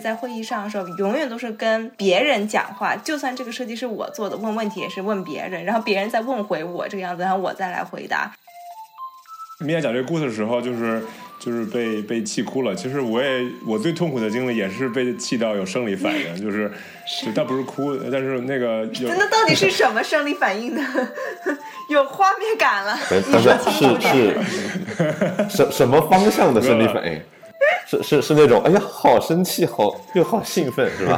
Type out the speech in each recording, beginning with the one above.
在会议上的时候永远都是跟别人讲话，就算这个设计是我做的，问问题也是问别人，然后别人再问回我这个样子，然后我再来回答。 米娅讲这个故事的时候就是被气哭了。其实我最痛苦的经历也是被气到有生理反应，就倒不是哭，但是那个那到底是什么生理反应呢？有画面感了。 是什么方向的生理反应？是那种哎呀好生气，又好兴奋，是吧？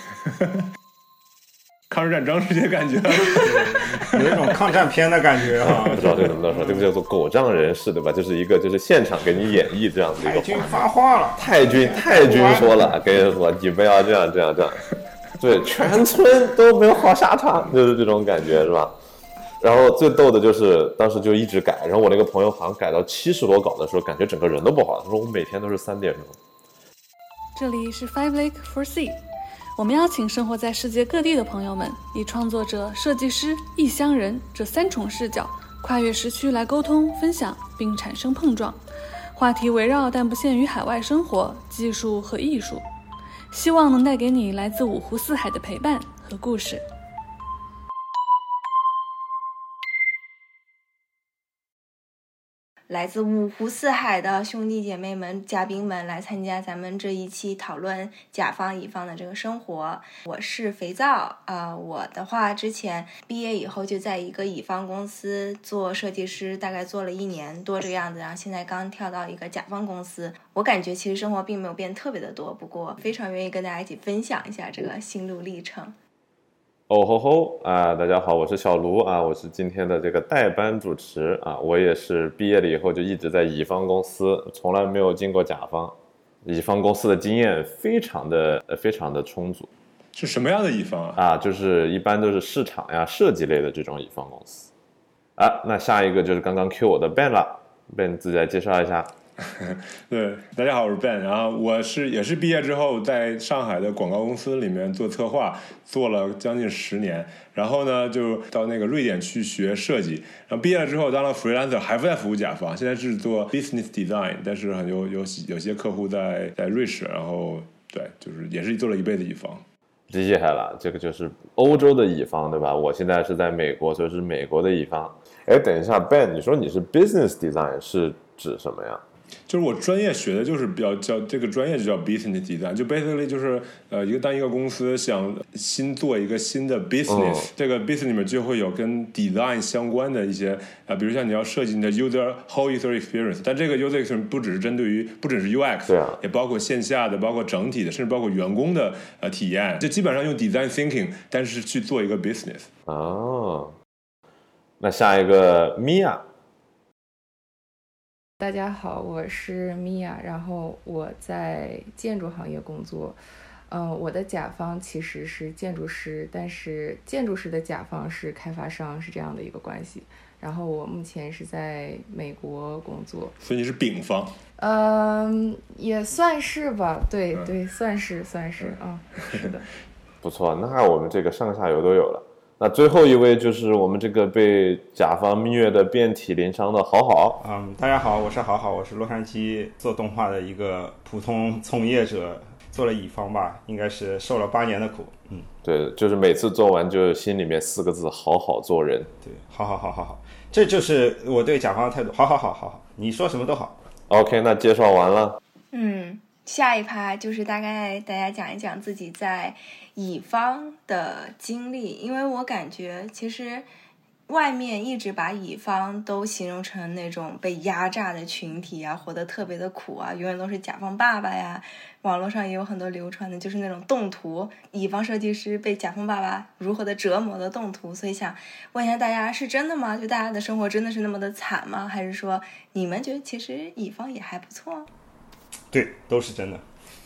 抗日战争这些感觉， 有一种抗战片的感觉啊！ 不知道这个怎么说，这个叫做狗仗人势，对吧？就是现场给你演绎这样的一个。 太君发话了， 太君说了，跟人说你不要这样，对，全村都没有好下场，就是这种感觉，是吧？然后最逗的就是当时就一直改，然后我那个朋友好像改到70多稿的时候，感觉整个人都不好。他说我每天都是3点钟。 这里是 Five Lake for Sea。我们邀请生活在世界各地的朋友们，以创作者、设计师、异乡人这3重视角，跨越时区来沟通、分享，并产生碰撞。话题围绕但不限于海外生活、技术和艺术，希望能带给你来自5湖4海的陪伴和故事。 来自5湖4海的兄弟姐妹们、嘉宾们来参加咱们这一期讨论甲方乙方的这个生活。我是肥皂我的话之前毕业以后就在一个乙方公司做设计师，大概做了1年多这个样子，然后现在刚跳到一个甲方公司。我感觉其实生活并没有变特别的多，不过非常愿意跟大家一起分享一下这个心路历程。 哦吼吼大家好，我是小卢我是今天的这个代班主持我也是毕业了以后就一直在乙方公司，从来没有进过甲方。乙方公司的经验非常的充足。 是什么样的乙方就是一般都是市场呀、设计类的这种乙方公司那下一个就是刚刚 Q 我的 Ben 了 ，Ben 自己来介绍一下。 对，大家好，我是 Ben， 然后我也是毕业之后在上海的广告公司里面做策划，做了将近10年，然后呢就到那个瑞典去学设计，然后毕业了之后当了 freelancer， 还不在服务甲方，现在是做 business design， 但是有些客户在瑞士，然后对，就是也是做了一辈子乙方。 厉害了，这个就是欧洲的乙方，对吧？我现在是在美国，所以是美国的乙方。等一下 Ben， 你说你是 business design 是指什么呀？ 就是我专业学的就是叫这个专业就叫 business design， 就 basically 就是当一个公司想做一个新的 business，这个 business 里面就会有跟 design 相关的一些比如像你要设计你的 whole user experience， 但这个 user experience 不只是针对于不只是 UX， 也包括线下的，包括整体的，甚至包括员工的体验，就基本上用 design thinking， 但是去做一个 business。 那下一个 Mia。 大家好，我是米娅，然后我在建筑行业工作。我的甲方其实是建筑师，但是建筑师的甲方是开发商，是这样的一个关系。然后我目前是在美国工作， 所以你是丙方？ 也算是吧，对对，算是是的。 不错，那我们这个上下游都有了。那最后一位就是我们这个被甲方蜜月的遍体鳞伤的好好。 大家好，我是好好，我是洛杉矶做动画的一个普通从业者，做了乙方吧，应该是受了8年的苦。 对，就是每次做完就心里面4个字：好好做人。 对，好，这就是我对甲方的态度。好，你说什么都好。 OK， 那介绍完了。 下一趴就是大概大家讲一讲自己在乙方的经历，因为我感觉其实外面一直把乙方都形容成那种被压榨的群体活得特别的苦永远都是甲方爸爸呀。网络上也有很多流传的就是那种动图，乙方设计师被甲方爸爸如何的折磨的动图。所以想问一下大家，是真的吗？就大家的生活真的是那么的惨吗？还是说你们觉得其实乙方也还不错？ 对，都是真的。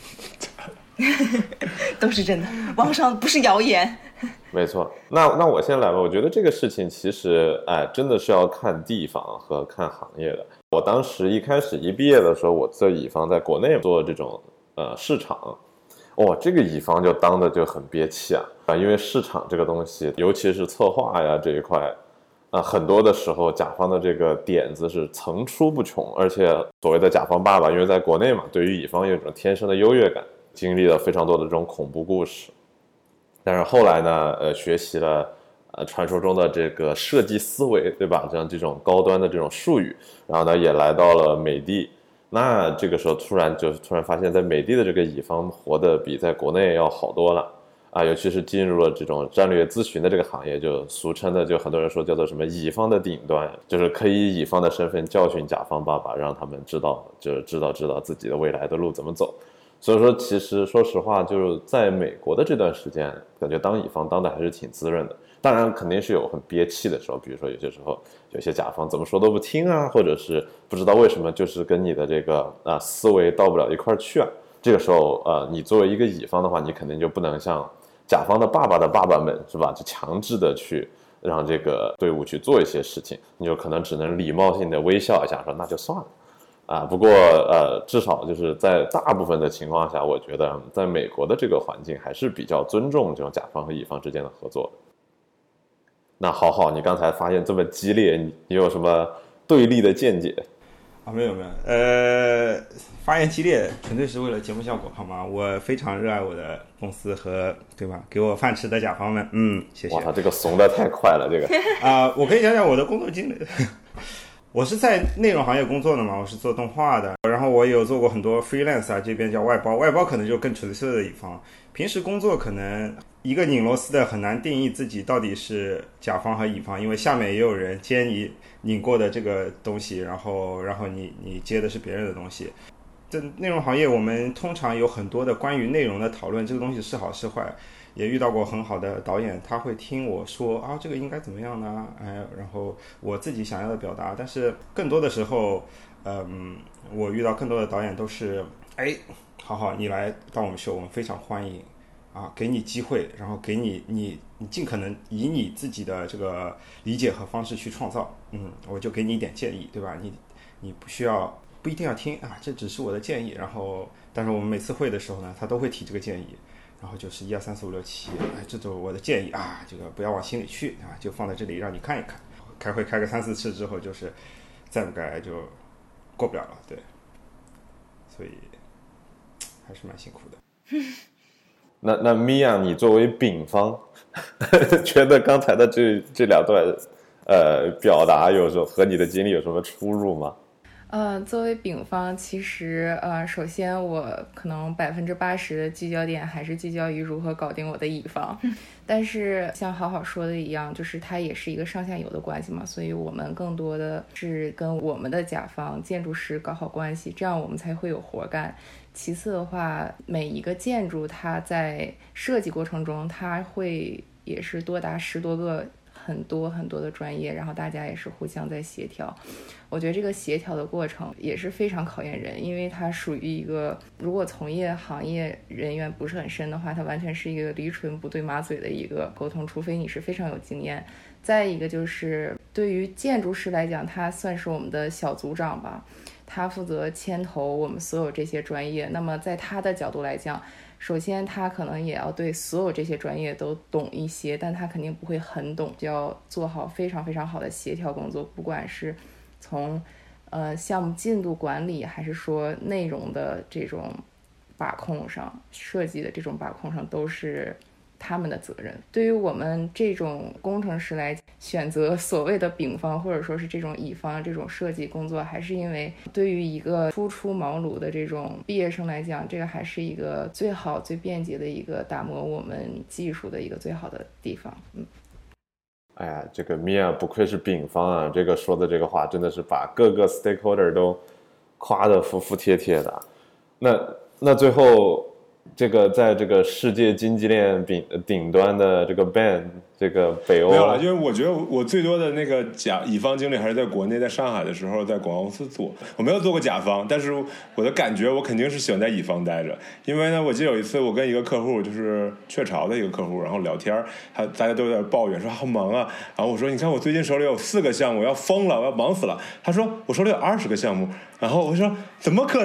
都是真的，网上不是谣言。 没错，那我先来吧。我觉得这个事情其实真的是要看地方和看行业的。我当时一开始一毕业的时候，我在乙方在国内做这种市场，这个乙方就当的就很憋气因为市场这个东西，尤其是策划呀这一块很多的时候甲方的这个点子是层出不穷，而且所谓的甲方爸爸，因为在国内嘛，对于乙方有一种天生的优越感， 经历了非常多的这种恐怖故事。但是后来呢，学习了传说中的这个设计思维，对吧？像这种高端的这种术语，然后呢也来到了美的。那这个时候突然发现，在美的的这个乙方活得比在国内要好多了啊，尤其是进入了这种战略咨询的这个行业，就俗称的，就很多人说叫做什么乙方的顶端，就是可以以乙方的身份教训甲方爸爸，让他们知道自己的未来的路怎么走。所以说，其实说实话，就是在美国的这段时间，感觉当乙方当的还是挺滋润的。当然，肯定是有很憋气的时候，比如说有些时候，有些甲方怎么说都不听啊，或者是不知道为什么就是跟你的这个思维到不了一块去啊。这个时候，你作为一个乙方的话，你肯定就不能像甲方的爸爸的爸爸们是吧，就强制的去让这个队伍去做一些事情，你就可能只能礼貌性的微笑一下，说那就算了。不过至少就是在大部分的情况下，我觉得在美国的这个环境还是比较尊重这种甲方和乙方之间的合作的。那好，你刚才发现这么激烈，你有什么对立的见解？ 没有，发言激烈纯粹是为了节目效果，好吗？我非常热爱我的公司和对吧，给我饭吃的甲方们，谢谢。 哇，这个怂的太快了，这个我可以讲讲我的工作经历。我是在内容行业工作的嘛，我是做动画的，然后我也有做过很多 freelance 这边叫外包可能就更纯粹的乙方。平时工作可能一个拧螺丝的很难定义自己到底是甲方和乙方，因为下面也有人接你拧过的这个东西，然后你接的是别人的东西。这内容行业我们通常有很多的关于内容的讨论，这个东西是好是坏。也遇到过很好的导演，他会听我说这个应该怎么样呢？然后我自己想要的表达。但是更多的时候，我遇到更多的导演都是，好，你来当我们秀，我们非常欢迎给你机会，然后给你尽可能以你自己的这个理解和方式去创造。我就给你一点建议，对吧？你不一定要听这只是我的建议。然后，但是我们每次会的时候呢，他都会提这个建议。然后就是1、2、3、4、5、6、7，这就是我的建议这个不要往心里去就放在这里让你看一看。开会开个3、4次之后，就是再不改就过不了了，对，所以还是蛮辛苦的。 那米娅，你作为丙方，觉得刚才的这两段表达有时候和你的经历有什么出入吗？ 作为丙方，其实首先我可能80%的聚焦点还是聚焦于如何搞定我的乙方，但是像好说的一样，就是它也是一个上下游的关系嘛，所以我们更多的是跟我们的甲方建筑师搞好关系，这样我们才会有活干。其次的话，每一个建筑它在设计过程中，它会也是多达10多个很多的专业，然后大家也是互相在协调。我觉得这个协调的过程也是非常考验人，因为它属于一个，如果从业行业人员不是很深的话，它完全是一个驴唇不对马嘴的一个沟通，除非你是非常有经验。再一个就是对于建筑师来讲，他算是我们的小组长吧，他负责牵头我们所有这些专业。那么在他的角度来讲，首先他可能也要对所有这些专业都懂一些，但他肯定不会很懂，就要做好非常非常好的协调工作，不管是从项目进度管理，还是说内容的这种把控上，设计的这种把控上，都是他们的责任。对于我们这种工程师来选择所谓的丙方，或者说是这种乙方这种设计工作，还是因为对于一个初出茅庐的这种毕业生来讲，这个还是一个最好最便捷的一个打磨我们技术的一个最好的地方。 哎呀，这个米娅不愧是丙方啊，这个说的这个话真的是把各个 stakeholder 都夸得服服帖帖的。那最后这个在这个世界经济链顶端的这个 Ben， 这个北欧没有了，因为我觉得我最多的那个乙方经历还是在国内，在上海的时候在广告公司做，我没有做过甲方，但是我的感觉我肯定是喜欢在乙方待着，因为呢，我记得有一次我跟一个客户，就是雀巢的一个客户，然后聊天，大家都有点抱怨说好忙啊，然后我说你看我最近手里有4个项目，我要疯了，我要忙死了。他说我手里有20个项目，然后我说怎么可能？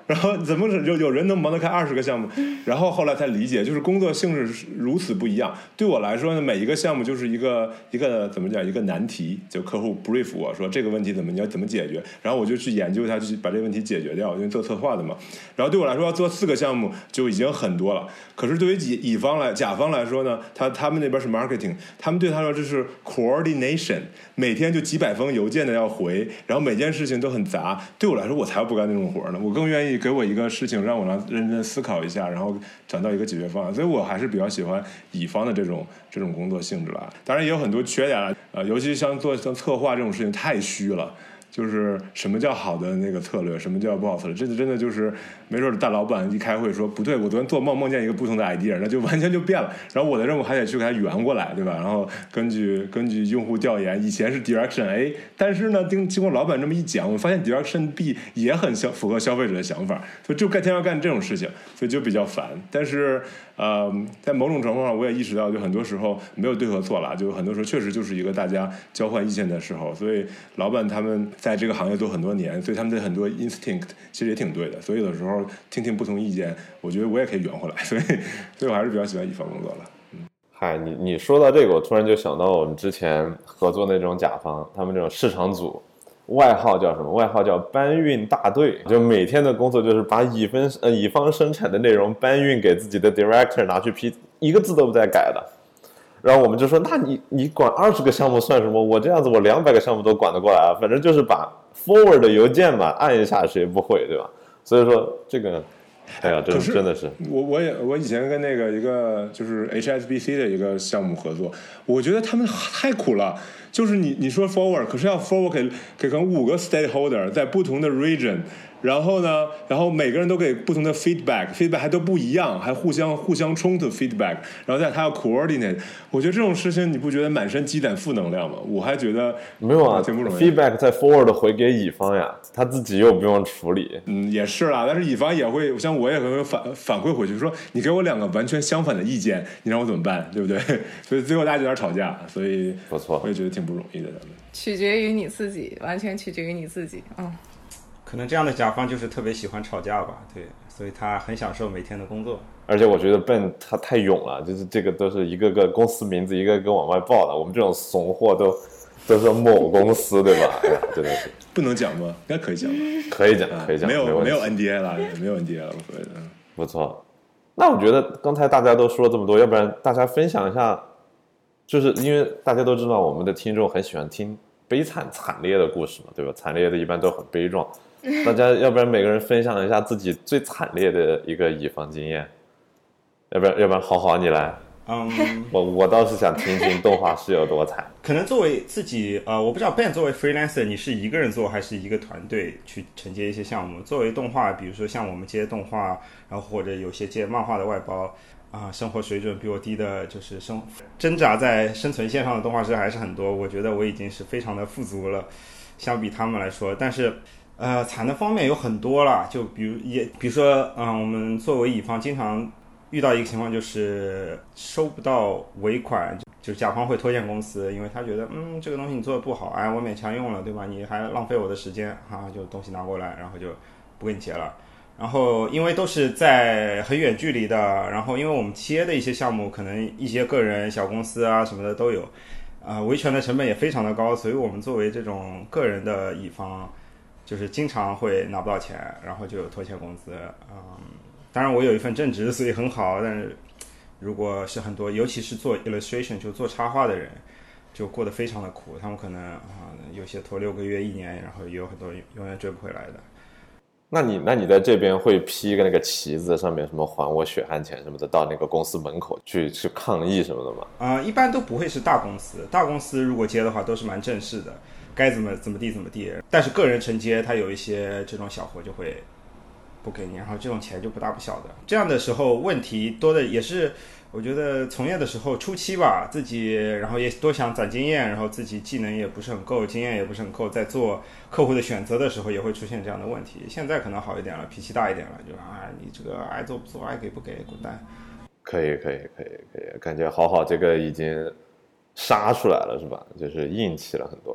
然后怎么有人能忙得开20个项目？然后后来才理解，就是工作性质如此不一样。对我来说呢，每一个项目就是一个怎么讲一个难题，就客户 brief 我说这个问题你要怎么解决，然后我就去研究它，去把这个问题解决掉，因为做策划的嘛。然后对我来说要做4个项目就已经很多了。可是对于甲方来说呢，他们那边是 marketing， 他们对他说这是 coordination， 每天就几百封邮件的要回，然后每件事情都很杂。对我来说，我才不干那种活呢，我更愿意给我一个事情让我认真思考一下，然后找到一个解决方案。所以我还是比较喜欢乙方的这种工作性质了。当然也有很多缺点了，尤其像策划这种事情太虚了。就是什么叫好的那个策略，什么叫不好策略，真的就是没准大老板一开会说不对，我昨天做梦见一个不同的 idea， 那就完全就变了，然后我的任务还得去给它圆过来，对吧？然后根据用户调研，以前是 direction A， 但是呢经过老板这么一讲，我发现 direction B 也很符合消费者的想法，所以就天天干这种事情，所以就比较烦。但是在某种程度上我也意识到，就很多时候没有对和错了，就很多时候确实就是一个大家交换意见的时候。所以老板他们在这个行业做很多年，所以他们的很多 instinct 其实也挺对的，所以有的时候听不同意见，我觉得我也可以圆回来，所以我还是比较喜欢乙方工作了。 嗨，你说到这个，我突然就想到我们之前合作那种甲方，他们这种市场组外号叫什么？外号叫搬运大队，就每天的工作就是把乙方生产的内容搬运给自己的 director 拿去批，一个字都不带改的。然后我们就说，那你管20个项目算什么？我这样子我200个项目都管得过来啊，反正就是把 forward 的邮件嘛按一下谁不会，对吧？所以说这个哎呀，真的是我以前跟那个一个就是 HSBC 的一个项目合作，我觉得他们太苦了。就是你说 forward， 可是要 forward 给跟5个 stakeholder 在不同的 region， 然后每个人都给不同的 feedback 还都不一样，还互相冲突 feedback， 然后他要 coordinate。我觉得这种事情你不觉得满身积攒负能量吗？我还觉得没有啊，挺不容易。feedback 在 forward 回给乙方呀，他自己又不用处理。 也是啦，但是乙方也会，像我也会反馈回去说，你给我2个完全相反的意见，你让我怎么办，对不对？所以最后大家就有点吵架，所以不错， 我也觉得挺不容易的。咱们取决于你自己，完全取决于你自己。 可能这样的甲方就是特别喜欢吵架吧，对，所以他很享受每天的工作。 而且我觉得 Ben 他太勇了，就是这个都是一个个公司名字一个个往外报的，我们这种怂货都是某公司，对吧？哎呀，真的是不能讲吗？应该可以讲吧？ 可以讲， 没有 NDA 了，没有 NDA 了，无所谓的。 不错。那我觉得刚才大家都说了这么多，要不然大家分享一下，就是因为大家都知道我们的听众很喜欢听悲惨惨烈的故事嘛，对吧？惨烈的一般都很悲壮。大家要不然每个人分享一下自己最惨烈的一个乙方经验，要不然好你来。我倒是想听听动画是有多惨。 可能作为自己我不知道 Ben 作为 freelancer 你是一个人做还是一个团队去承接一些项目。作为动画，比如说像我们接动画，然后或者有些接漫画的外包生活水准比我低的，就是挣扎在生存线上的动画师还是很多。我觉得我已经是非常的富足了，相比他们来说。但是惨的方面有很多了，就比如说我们作为乙方经常遇到一个情况，就是收不到尾款，就是甲方会拖欠公司，因为他觉得这个东西你做的不好，我勉强用了，对吧？你还浪费我的时间就东西拿过来，然后就不给你结了。然后因为都是在很远距离的，然后因为我们接的一些项目可能一些个人小公司什么的都有，维权的成本也非常的高，所以我们作为这种个人的乙方，就是经常会拿不到钱，然后就有拖欠工资。当然我有一份正职，所以很好，但是如果是很多尤其是做 illustration 就做插画的人，就过得非常的苦，他们可能有些拖6个月1年，然后也有很多永远追不回来的。 那你在这边会披个那个旗子，上面什么还我血汗钱什么的，到那个公司门口去抗议什么的吗？ 一般都不会是大公司，大公司如果接的话都是蛮正式的，该怎么地。但是个人承接，他有一些这种小活就会不给你，然后这种钱就不大不小的。这样的时候问题多的也是，我觉得从业的时候初期吧，自己然后也多想攒经验，然后自己技能也不是很够，经验也不是很够，在做客户的选择的时候也会出现这样的问题。现在可能好一点了，脾气大一点了，就你这个爱做不做，爱给不给，滚蛋。 可以，感觉好这个已经杀出来了是吧？就是硬气了很多。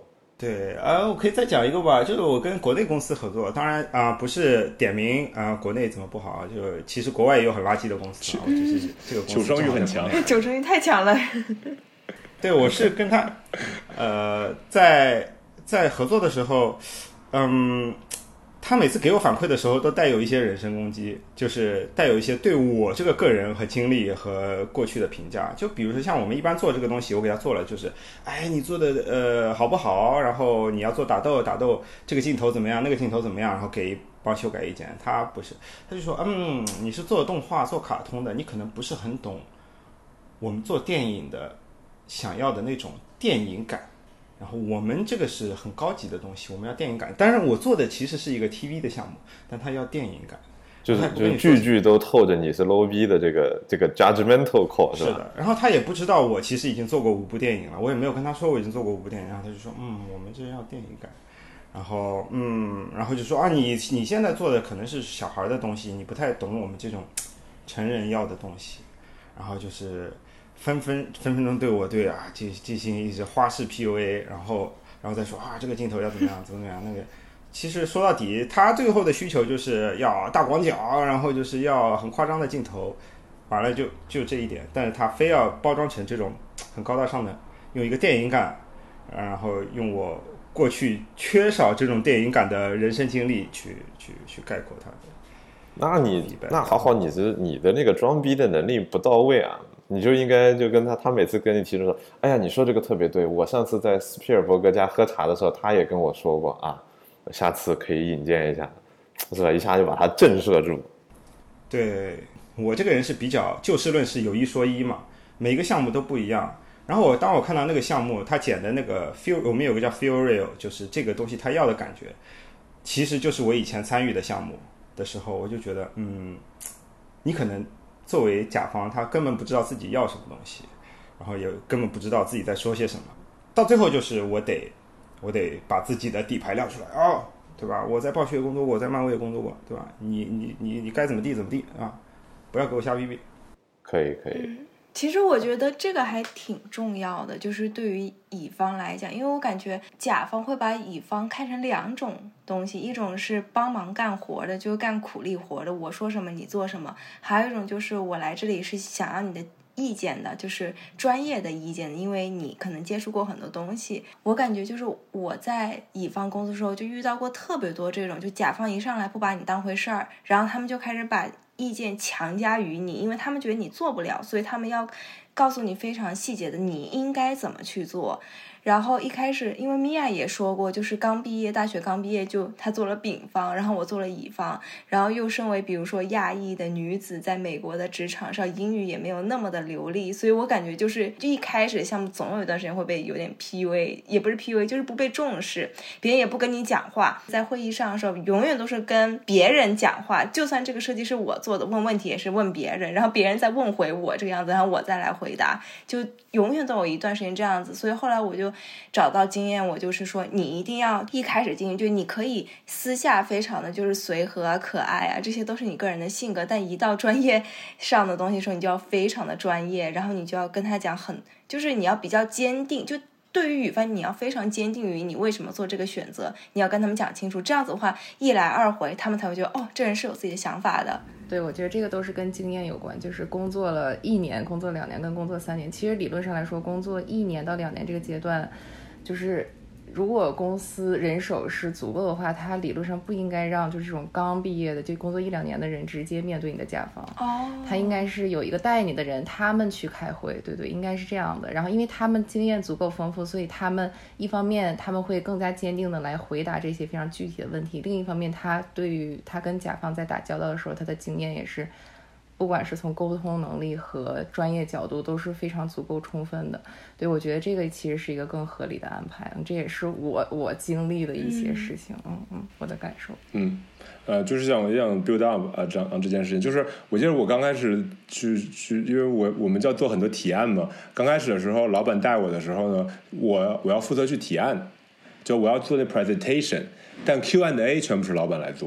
对，我可以再讲一个吧，就是我跟国内公司合作，当然不是点名国内怎么不好，就其实国外也有很垃圾的公司啊，就是这个公司求生欲很强， 求生欲太强了。 对，我是跟他在合作的时候，他每次给我反馈的时候都带有一些人身攻击，就是带有一些对我这个个人和经历和过去的评价。就比如说像我们一般做这个东西，我给他做了，就是你做的好不好，然后你要做打斗，这个镜头怎么样，那个镜头怎么样，然后给帮修改意见。他不是，他就说你是做动画做卡通的，你可能不是很懂我们做电影的想要的那种电影感，然后我们这个是很高级的东西，我们要电影感。当然我做的其实是一个 TV 的项目，但它要电影感， 就是句句都透着你是 low B 的这个 judgmental call 是吧？ 是的。然后他也不知道我其实已经做过5部电影了，我也没有跟他说我已经做过5部电影，然后他就说我们这要电影感，然后就说你现在做的可能是小孩的东西，你不太懂我们这种成人要的东西，然后就是分分钟对我进行一些花式 PUA， 然后再说这个镜头要怎么样怎么样那个。其实说到底，他最后的需求就是要大广角，然后就是要很夸张的镜头，完了就这一点，但是他非要包装成这种很高大上的，用一个电影感，然后用我过去缺少这种电影感的人生经历去概括它。 那好，你的那个装逼的能力不到位啊，你就应该就跟他每次跟你提出说，哎呀，你说这个特别对，我上次在斯皮尔伯格家喝茶的时候，他也跟我说过下次可以引荐一下，是吧？一下就把他震慑住。 对，我这个人是比较就事论事，有一说一嘛，每个项目都不一样。然后当我看到那个项目他剪的那个 feel， 我们有个叫 feel real， 就是这个东西他要的感觉，其实就是我以前参与的项目的时候，我就觉得你可能作为甲方，他根本不知道自己要什么东西，然后也根本不知道自己在说些什么，到最后就是我得把自己的底牌亮出来对吧？我在暴雪工作过，我在漫威也工作过，对吧？你该怎么地怎么地不要给我瞎逼逼。 可以。 其实我觉得这个还挺重要的，就是对于乙方来讲，因为我感觉甲方会把乙方看成2种东西，一种是帮忙干活的，就干苦力活的，我说什么你做什么；还有一种就是我来这里是想要你的意见的，就是专业的意见，因为你可能接触过很多东西。我感觉就是我在乙方工作的时候就遇到过特别多这种，就甲方一上来不把你当回事儿，然后他们就开始把意见强加于你，因为他们觉得你做不了，所以他们要告诉你非常细节的你应该怎么去做。然后一开始因为米娅也说过，就是大学刚毕业就她做了丙方，然后我做了乙方，然后又身为比如说亚裔的女子，在美国的职场上英语也没有那么的流利，所以我感觉就一开始项目总有一段时间会被有点 PUA， 也不是 PUA， 就是不被重视，别人也不跟你讲话，在会议上的时候永远都是跟别人讲话，就算这个设计是我做的，问问题也是问别人，然后别人再问回我这个样子，然后我再来回答，就永远都有一段时间这样子。所以后来我就找到经验，我就是说你一定要一开始进去，就你可以私下非常的就是随和可爱这些都是你个人的性格，但一到专业上的东西的时候，你就要非常的专业，然后你就要跟他讲就是你要比较坚定，就对于乙方你要非常坚定于你为什么做这个选择，你要跟他们讲清楚，这样子的话一来二回他们才会觉得这人是有自己的想法的。 对，我觉得这个都是跟经验有关，就是工作了1年、工作2年跟工作3年，其实理论上来说，工作1年到2年这个阶段，就是如果公司人手是足够的话，他理论上不应该让就是这种刚毕业的就工作1-2年的人直接面对你的甲方，他应该是有一个带你的人，他们去开会，对，应该是这样的。然后因为他们经验足够丰富，所以他们一方面他们会更加坚定的来回答这些非常具体的问题，另一方面他对于他跟甲方在打交道的时候，他的经验也是不管是从沟通能力和专业角度都是非常足够充分的。对，我觉得这个其实是一个更合理的安排，这也是我经历的一些事情，我的感受。 就是像我一样 build up 这件事情，就是我记得我刚开始去，因为我们就要做很多提案嘛。刚开始的时候，老板带我的时候呢，我要负责去提案，就我要做那 presentation， 但 Q&A 全部是老板来做。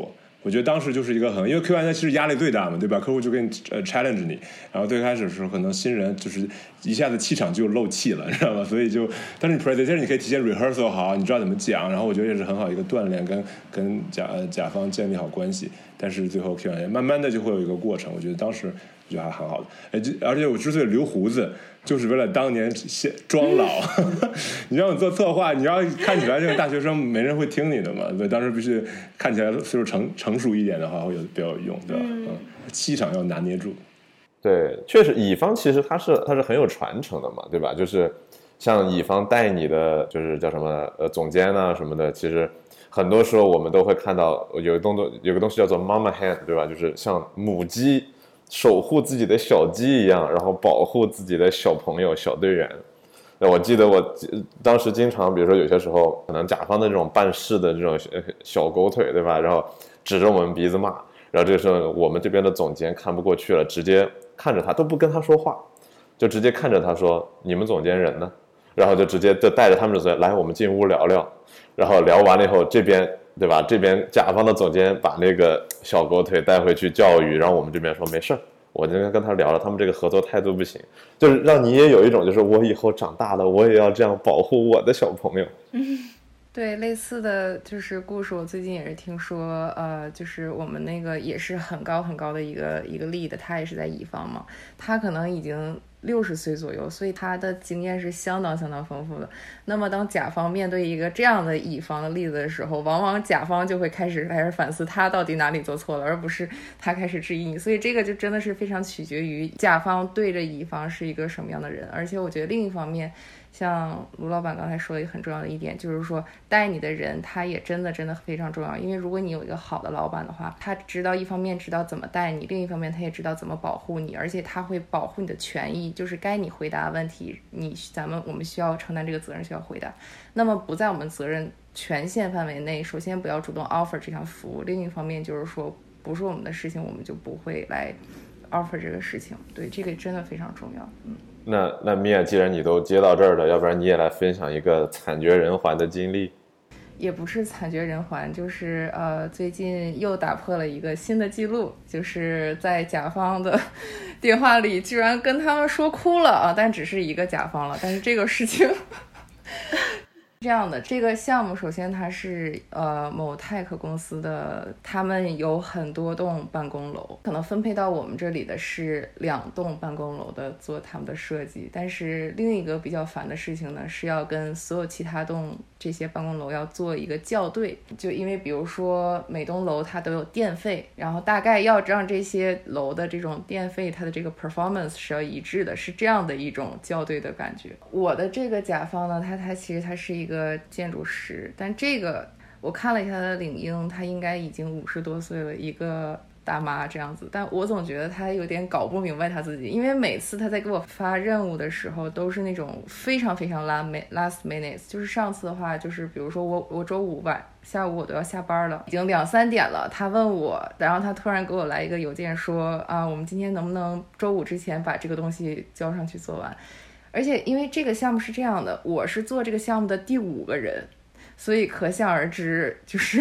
我觉得当时就是一个因为 Q&A 其实压力最大嘛，对吧？客户就给你challenge 你，然后最开始的时候可能新人就是一下子气场就漏气了，知道吗？所以但是你 presentation 你可以提前 rehearsal 好，你知道怎么讲，然后我觉得也是很好一个锻炼，跟甲方建立好关系。但是最后 Q&A 慢慢的就会有一个过程，我觉得当时就还很好的。而且我之所以留胡子，就是为了当年装老。你让我做策划，你要看起来这个大学生，没人会听你的嘛。所以当时必须看起来岁数成熟一点的话，会比较有用，对吧？气场要拿捏住。 对，确实，乙方其实它是很有传承的嘛，对吧？就是像乙方带你的，就是叫什么总监啊什么的，其实很多时候我们都会看到有个东西叫做 mama hen， 对吧？就是像母鸡守护自己的小鸡一样，然后保护自己的小朋友、小队员。我记得我当时经常，比如说有些时候，可能甲方的这种办事的这种小狗腿，对吧？然后指着我们鼻子骂，然后这个时候我们这边的总监看不过去了，直接看着他，都不跟他说话，就直接看着他说：“你们总监人呢？”然后就直接就带着他们的总监来，我们进屋聊聊。然后聊完了以后，这边对吧？这边甲方的总监把那个小狗腿带回去教育，然后我们这边说没事儿。我今天跟他聊了，他们这个合作态度不行，就是让你也有一种，就是我以后长大了，我也要这样保护我的小朋友。 对，类似的就是故事，我最近也是听说，就是我们那个也是很高很高的一个 lead， 他也是在乙方嘛，他可能已经60岁左右，所以他的经验是相当丰富的。那么当甲方面对一个这样的乙方的例子的时候，往往甲方就会开始反思他到底哪里做错了，而不是他开始质疑你。所以这个就真的是非常取决于甲方对着乙方是一个什么样的人。而且我觉得另一方面，像卢老板刚才说的一个很重要的一点，就是说带你的人他也真的非常重要。因为如果你有一个好的老板的话，他一方面知道怎么带你，另一方面他也知道怎么保护你，而且他会保护你的权益，就是该你回答问题，我们需要承担这个责任，需要回答。那么不在我们责任权限范围内，首先不要主动 offer 这项服务，另一方面就是说不是我们的事情，我们就不会来 offer 这个事情。对，这个真的非常重要。 那米娅，既然你都接到这儿了，要不然你也来分享一个惨绝人寰的经历。 也不是惨绝人寰，就是最近又打破了一个新的记录，就是在甲方的电话里居然跟他们说哭了啊！但只是一个甲方了，但是这个事情这样的，这个项目首先它是某 tech 公司的，他们有很多栋办公楼，可能分配到我们这里的是2栋办公楼的做他们的设计，但是另一个比较烦的事情呢，是要跟所有其他栋这些办公楼要做一个校对，就因为比如说每栋楼它都有电费，然后大概要让这些楼的这种电费它的这个 performance 是要一致的，是这样的一种校对的感觉。我的这个甲方呢，他其实他是一个建筑师，但这个我看了一下他的领英，他应该已经50多岁了，一个大妈这样子，但我总觉得他有点搞不明白他自己，因为每次他在给我发任务的时候都是那种非常 last minute， 就是上次的话就是比如说我周五下午我都要下班了，已经2、3点了，他问我，然后他突然给我来一个邮件说我们今天能不能周五之前把这个东西交上去做完。而且因为这个项目是这样的，我是做这个项目的第5个人，所以可想而知就是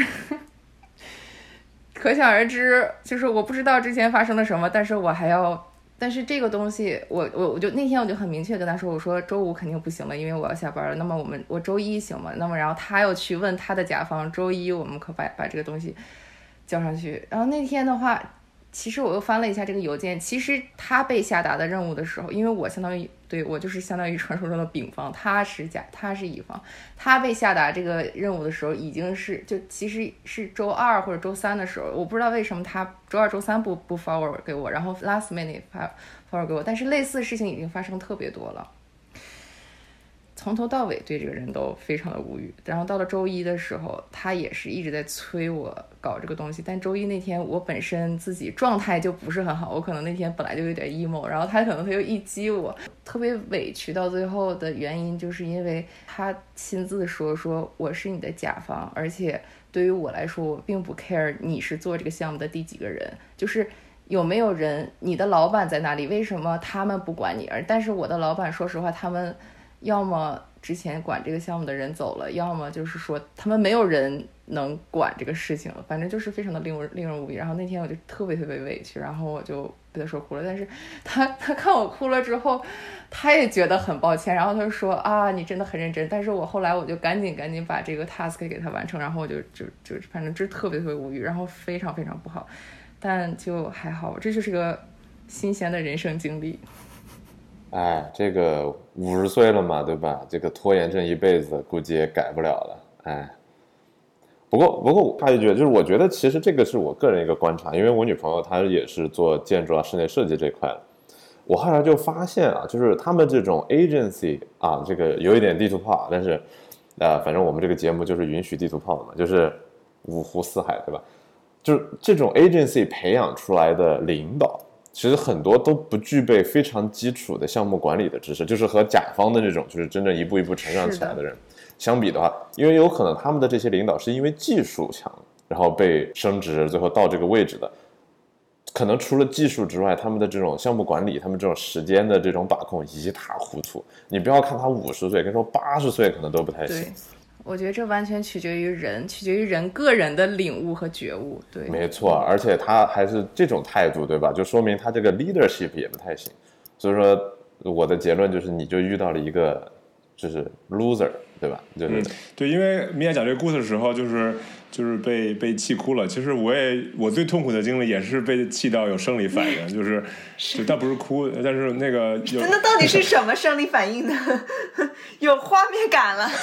我不知道之前发生了什么，但是这个东西我就那天我就很明确跟他说，我说周五肯定不行了，因为我要下班了，那么我周一行吗？那么然后他又去问他的甲方，周一我们可把这个东西交上去。然后那天的话，其实我又翻了一下这个邮件，其实他被下达的任务的时候，因为我就是相当于传说中的丙方，他是乙方，他被下达这个任务的时候已经是其实是周2或者周3的时候，我不知道为什么他周2周3不 forward 给我，然后 last minute forward 给我，但是类似的事情已经发生特别多了，从头到尾对这个人都非常的无语。然后到了周一的时候，他也是一直在催我搞这个东西，但周一那天我本身自己状态就不是很好，我可能那天本来就有点 emo， 然后他又一激我，特别委屈。到最后的原因就是因为他亲自说我是你的甲方，而且对于我来说我并不 care 你是做这个项目的第几个人，就是有没有人，你的老板在哪里，为什么他们不管你，但是我的老板说实话他们要么之前管这个项目的人走了，要么就是说他们没有人能管这个事情了，反正就是非常的令人无语。然后那天我就特别委屈，然后我就被他说哭了。但是他看我哭了之后，他也觉得很抱歉，然后他就说啊，你真的很认真。但是我后来我就赶紧把这个 task 给他完成，然后我就反正就特别无语，然后非常不好，但就还好，这就是个新鲜的人生经历。 哎，这个50岁了嘛，对吧？这个拖延症一辈子估计也改不了了。哎，不过我还觉得，就是我觉得其实这个是我个人一个观察，因为我女朋友她也是做建筑啊、室内设计这块的。我后来就发现啊，就是他们这种 agency 啊，这个有一点地图炮，但是反正我们这个节目就是允许地图炮的嘛，就是五湖四海，对吧？就是这种 agency 培养出来的领导。其实很多都不具备非常基础的项目管理的知识，就是和甲方的那种就是真正一步一步成长起来的人相比的话，因为有可能他们的这些领导是因为技术强，然后被升职，最后到这个位置的，可能除了技术之外，他们的这种项目管理，他们这种时间的这种把控一塌糊涂。你不要看他50岁，跟说80岁可能都不太行。 我觉得这完全取决于人个人的领悟和觉悟。对， 没错，而且他还是这种态度，对吧？就说明他这个 leadership 也不太行。所以说，我的结论就是，你就遇到了一个就是 loser， 对吧？就是、 对，因为米娅讲这个故事的时候，就是被气哭了。其实我最痛苦的经历也是被气到有生理反应，就倒不是哭，但是那个那到底是什么生理反应呢？有画面感了。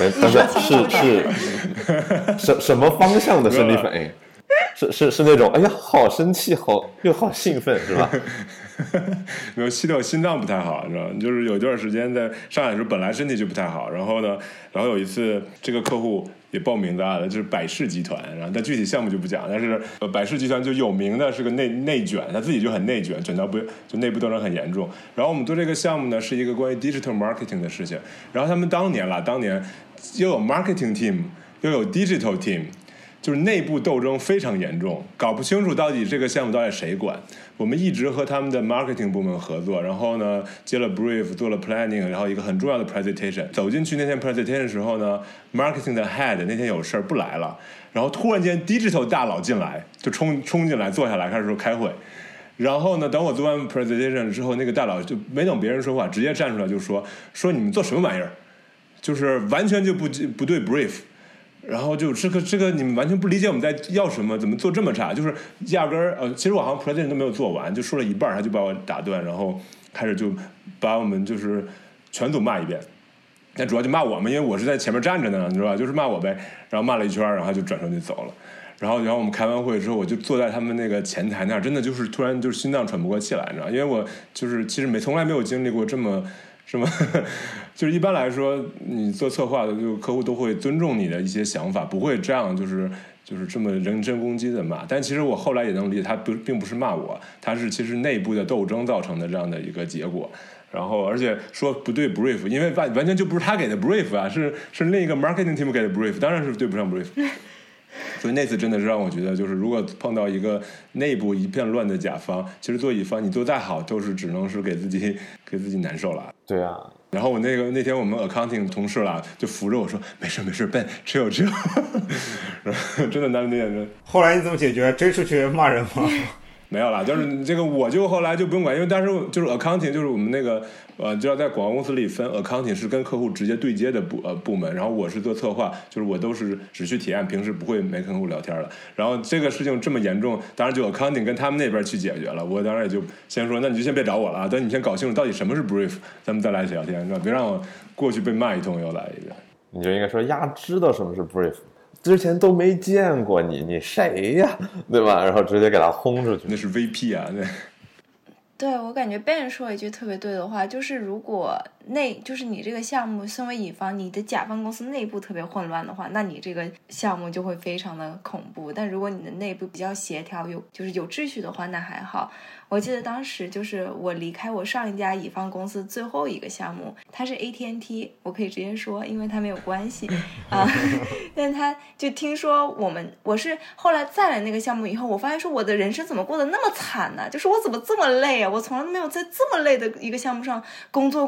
是什么方向的生理反应？是那种哎呀好生气，又好兴奋，是吧？ 没有，气到心脏不太好，你知道吗？就是有一段时间在上海的时候，本来身体就不太好，然后有一次这个客户也报名的啊，就是百世集团，然后但具体项目就不讲，但是百世集团就有名的是个内卷，他自己就很内卷，卷到就内部斗争很严重。然后我们做这个项目呢，是一个关于 digital marketing 的事情，然后他们当年又有 marketing team 又有 digital team。就是内部斗争非常严重，搞不清楚到底这个项目到底谁管。我们一直和他们的 marketing 部门合作，然后呢接了 brief， 做了 planning， 然后一个很重要的 presentation。走进去那天 presentation 的时候呢 ，marketing 的 head 那天有事不来了，然后突然间 digital 大佬进来，就冲进来坐下来开始说开会。然后呢，等我做完 presentation 之后，那个大佬就没等别人说话，直接站出来就说你们做什么玩意儿，就是完全就不对 brief。然后就这个你们完全不理解我们在要什么，怎么做这么差，就是压根儿其实我好像 presentation 都没有做完，就说了一半他就把我打断，然后开始就把我们就是全组骂一遍。但主要就骂我们，因为我是在前面站着呢，你知道吧？就是骂我呗，然后骂了一圈，然后就转身就走了。然后我们开完会之后，我就坐在他们那个前台那儿，真的就是突然就是心脏喘不过气来，你知道，因为我就是其实从来没有经历过这么就是一般来说你做策划的就客户都会尊重你的一些想法，不会这样就是这么人身攻击的骂。但其实我后来也能理解，他并不是骂我，他是其实内部的斗争造成的这样的一个结果。然后而且说不对 brief， 因为完全就不是他给的 brief 啊，是另一个 marketing team 给的 brief， 当然是对不上 brief。所以那次真的是让我觉得，就是如果碰到一个内部一片乱的甲方，其实做乙方你做再好，都是只能是给自己难受了。 对啊。 然后我那天我们 accounting 同事啦，就扶着我说没事 Ben， chill。真的难那点。 后来你怎么解决？追出去骂人吗？ 没有啦，就是这个我就后来就不用管，因为当时就是 accounting， 就是我们那个就要在广告公司里分 accounting 是跟客户直接对接的部门，然后我是做策划，就是我都是只去体验，平时不会没跟客户聊天的。然后这个事情这么严重，当然就 accounting 跟他们那边去解决了，我当然也就先说，那你就先别找我了，等你先搞清楚到底什么是 brief， 咱们再来聊天，别让我过去被骂一通又来一遍。 你就应该说呀，知道什么是 brief。之前都没见过你谁呀，对吧？然后直接给他轰出去， 那是 VP 啊， 对，我感觉 Ben 说一句特别对的话，就是如果就是你这个项目身为乙方，你的甲方公司内部特别混乱的话，那你这个项目就会非常的恐怖。但如果你的内部比较协调，就是有秩序的话，那还好。我记得当时就是我离开我上一家乙方公司最后一个项目，它是 AT&T， 我可以直接说，因为它没有关系但他就听说我是后来再来那个项目以后，我发现说我的人生怎么过得那么惨呢？就是我怎么这么累啊？我从来没有在这么累的一个项目上工作过，就我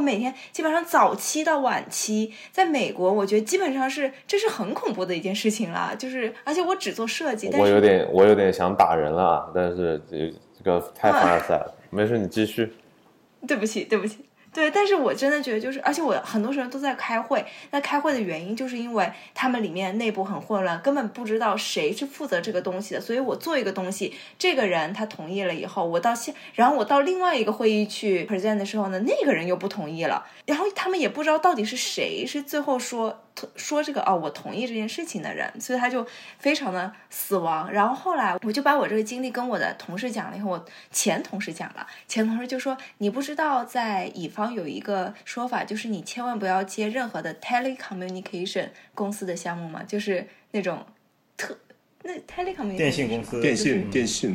每天基本上早期到晚期，在美国我觉得基本上这是很恐怖的一件事情了，就是而且我只做设计，但是我有点想打人了，但是这个太凡尔赛了，没事你继续。 对不起。对，但是我真的觉得而且我很多时候都在开会，那开会的原因就是因为他们里面内部很混乱，根本不知道谁是负责这个东西的，所以我做一个东西，这个人他同意了以后，然后我到另外一个会议去 present 的时候呢，那个人又不同意了，然后他们也不知道到底是谁是最后说这个我同意这件事情的人，所以他就非常的死亡。然后后来我就把我这个经历跟我的同事讲了以后，我前同事讲了，前同事就说你不知道在乙方有一个说法，就是你千万不要接任何的 telecommunication 公司的项目嘛，就是那种telecommunication 电信公司， 电信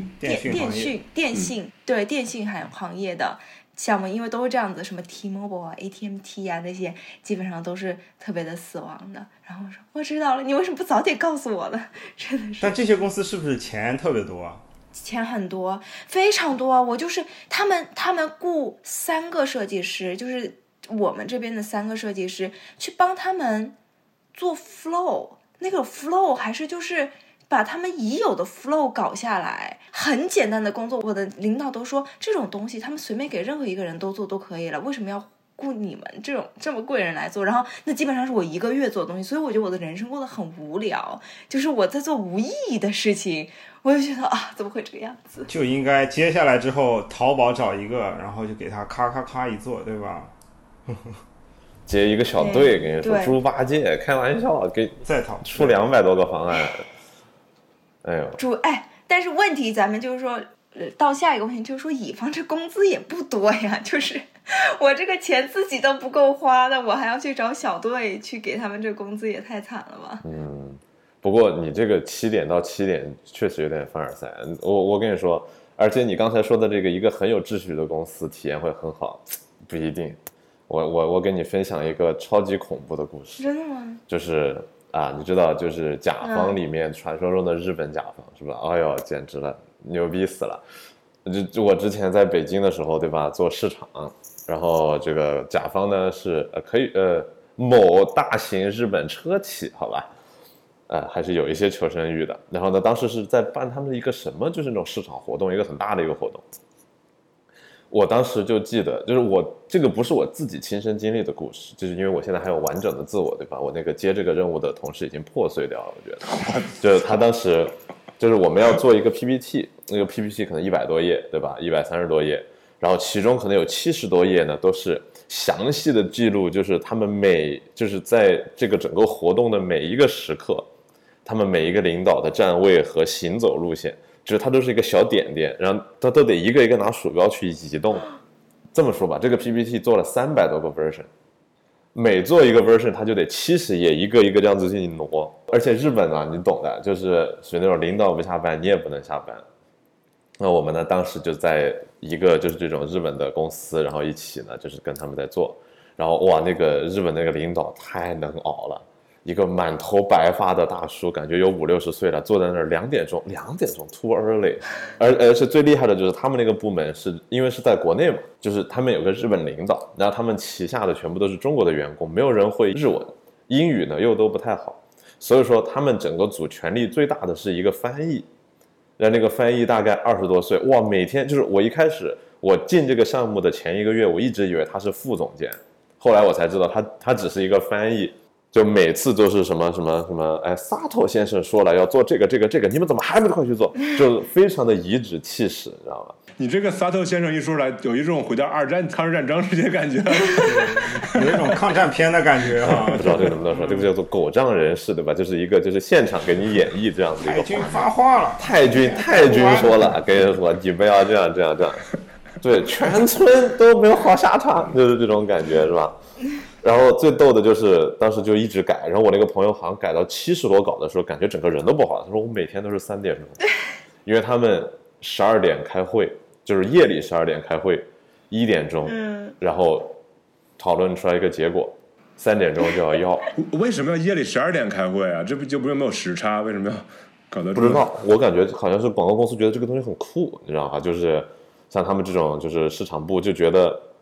对电信行业的项目，因为都是这样子，什么 T-Mobile 啊 AT&T 啊那些基本上都是特别的死亡的。然后我说我知道了，你为什么不早点告诉我呢？真的是。 但这些公司是不是钱特别多啊？ 钱很多，非常多。我就是他们雇3个设计师，就是我们这边的3个设计师去帮他们做 flow， 那个 flow 还是就是把他们已有的 flow 搞下来，很简单的工作。我的领导都说这种东西他们随便给任何一个人都做都可以了，为什么要雇你们这么贵人来做？然后那基本上是我1个月做的东西，所以我觉得我的人生过得很无聊，就是我在做无意义的事情，我就觉得怎么会这个样子？ 就应该接下来之后淘宝找一个，然后就给他咔咔咔一做，对吧？ 接一个小队跟你说猪八戒，开玩笑，给再淘出200多个方案。哎呦， 但是问题咱们就是说，到下一个问题就是说，乙方这工资也不多呀，就是我这个钱自己都不够花的，我还要去找小队去给他们这工资，也太惨了吧。 不过你这个7点到7点确实有点凡尔赛。我跟你说，而且你刚才说的这个一个很有秩序的公司体验会很好，不一定。我跟你分享一个超级恐怖的故事。 真的吗？ 就是你知道，就是甲方里面传说中的日本甲方是吧？哎呦，简直了，牛逼死了！就我之前在北京的时候，对吧？做市场，然后这个甲方呢是某大型日本车企，好吧？还是有一些求生欲的。然后呢，当时是在办他们的一个什么，就是那种市场活动，一个很大的一个活动。我当时就记得，就是这个不是我自己亲身经历的故事，就是因为我现在还有完整的自我，对吧？我那个接这个任务的同事已经破碎掉了，我觉得，就是他当时，就是我们要做一个 PPT， 那个 PPT 可能100多页，对吧？130多页，然后其中可能有70多页呢，都是详细的记录，就是他们就是在这个整个活动的每一个时刻，他们每一个领导的站位和行走路线。就是它都是一个小点点，然后它都得一个一个拿鼠标去移动。这么说吧，这个 PPT 做了300多个 version， 每做一个 version 它就得70页，一个一个这样子进行挪。而且日本你懂的，就是属于那种领导不下班，你也不能下班。那我们呢，当时就在一个就是这种日本的公司，然后一起呢就是跟他们在做。然后那个日本那个领导太能熬了。一个满头白发的大叔，感觉有50、60岁了，坐在那儿2点钟 too early， 而且最厉害的就是他们那个部门是因为是在国内嘛，就是他们有个日本领导，然后他们旗下的全部都是中国的员工，没有人会日文，英语呢又都不太好，所以说他们整个组权力最大的是一个翻译，然后那个翻译大概20多岁，每天就是我一开始我进这个项目的前1个月，我一直以为他是副总监，后来我才知道他只是一个翻译。就每次都是什么，萨托先生说了要做这个，你们怎么还没快去做？就非常的颐指气使，你知道吗？ 你这个萨托先生一说来，有一种回到抗日战争时期的感觉， 有一种抗战片的感觉啊！ 不知道这个能不能说，这个叫做狗仗人势，对吧？就是一个就是现场给你演绎这样子一个。 太君发话了， 太君说了，跟人说你不要这样，对，全村都没有好下场，就是这种感觉，是吧？然后最逗的就是当时就一直改，然后我那个朋友好像改到70多稿的时候，感觉整个人都不好了。他说我每天都是3点钟，因为他们12点开会，就是夜里12点开会，1点钟，然后讨论出来一个结果，3点钟就要。 为什么要夜里12点开会啊？这不就没有时差？为什么要搞得？ 不知道，我感觉好像是广告公司觉得这个东西很酷，你知道吗？就是像他们这种就是市场部就觉得。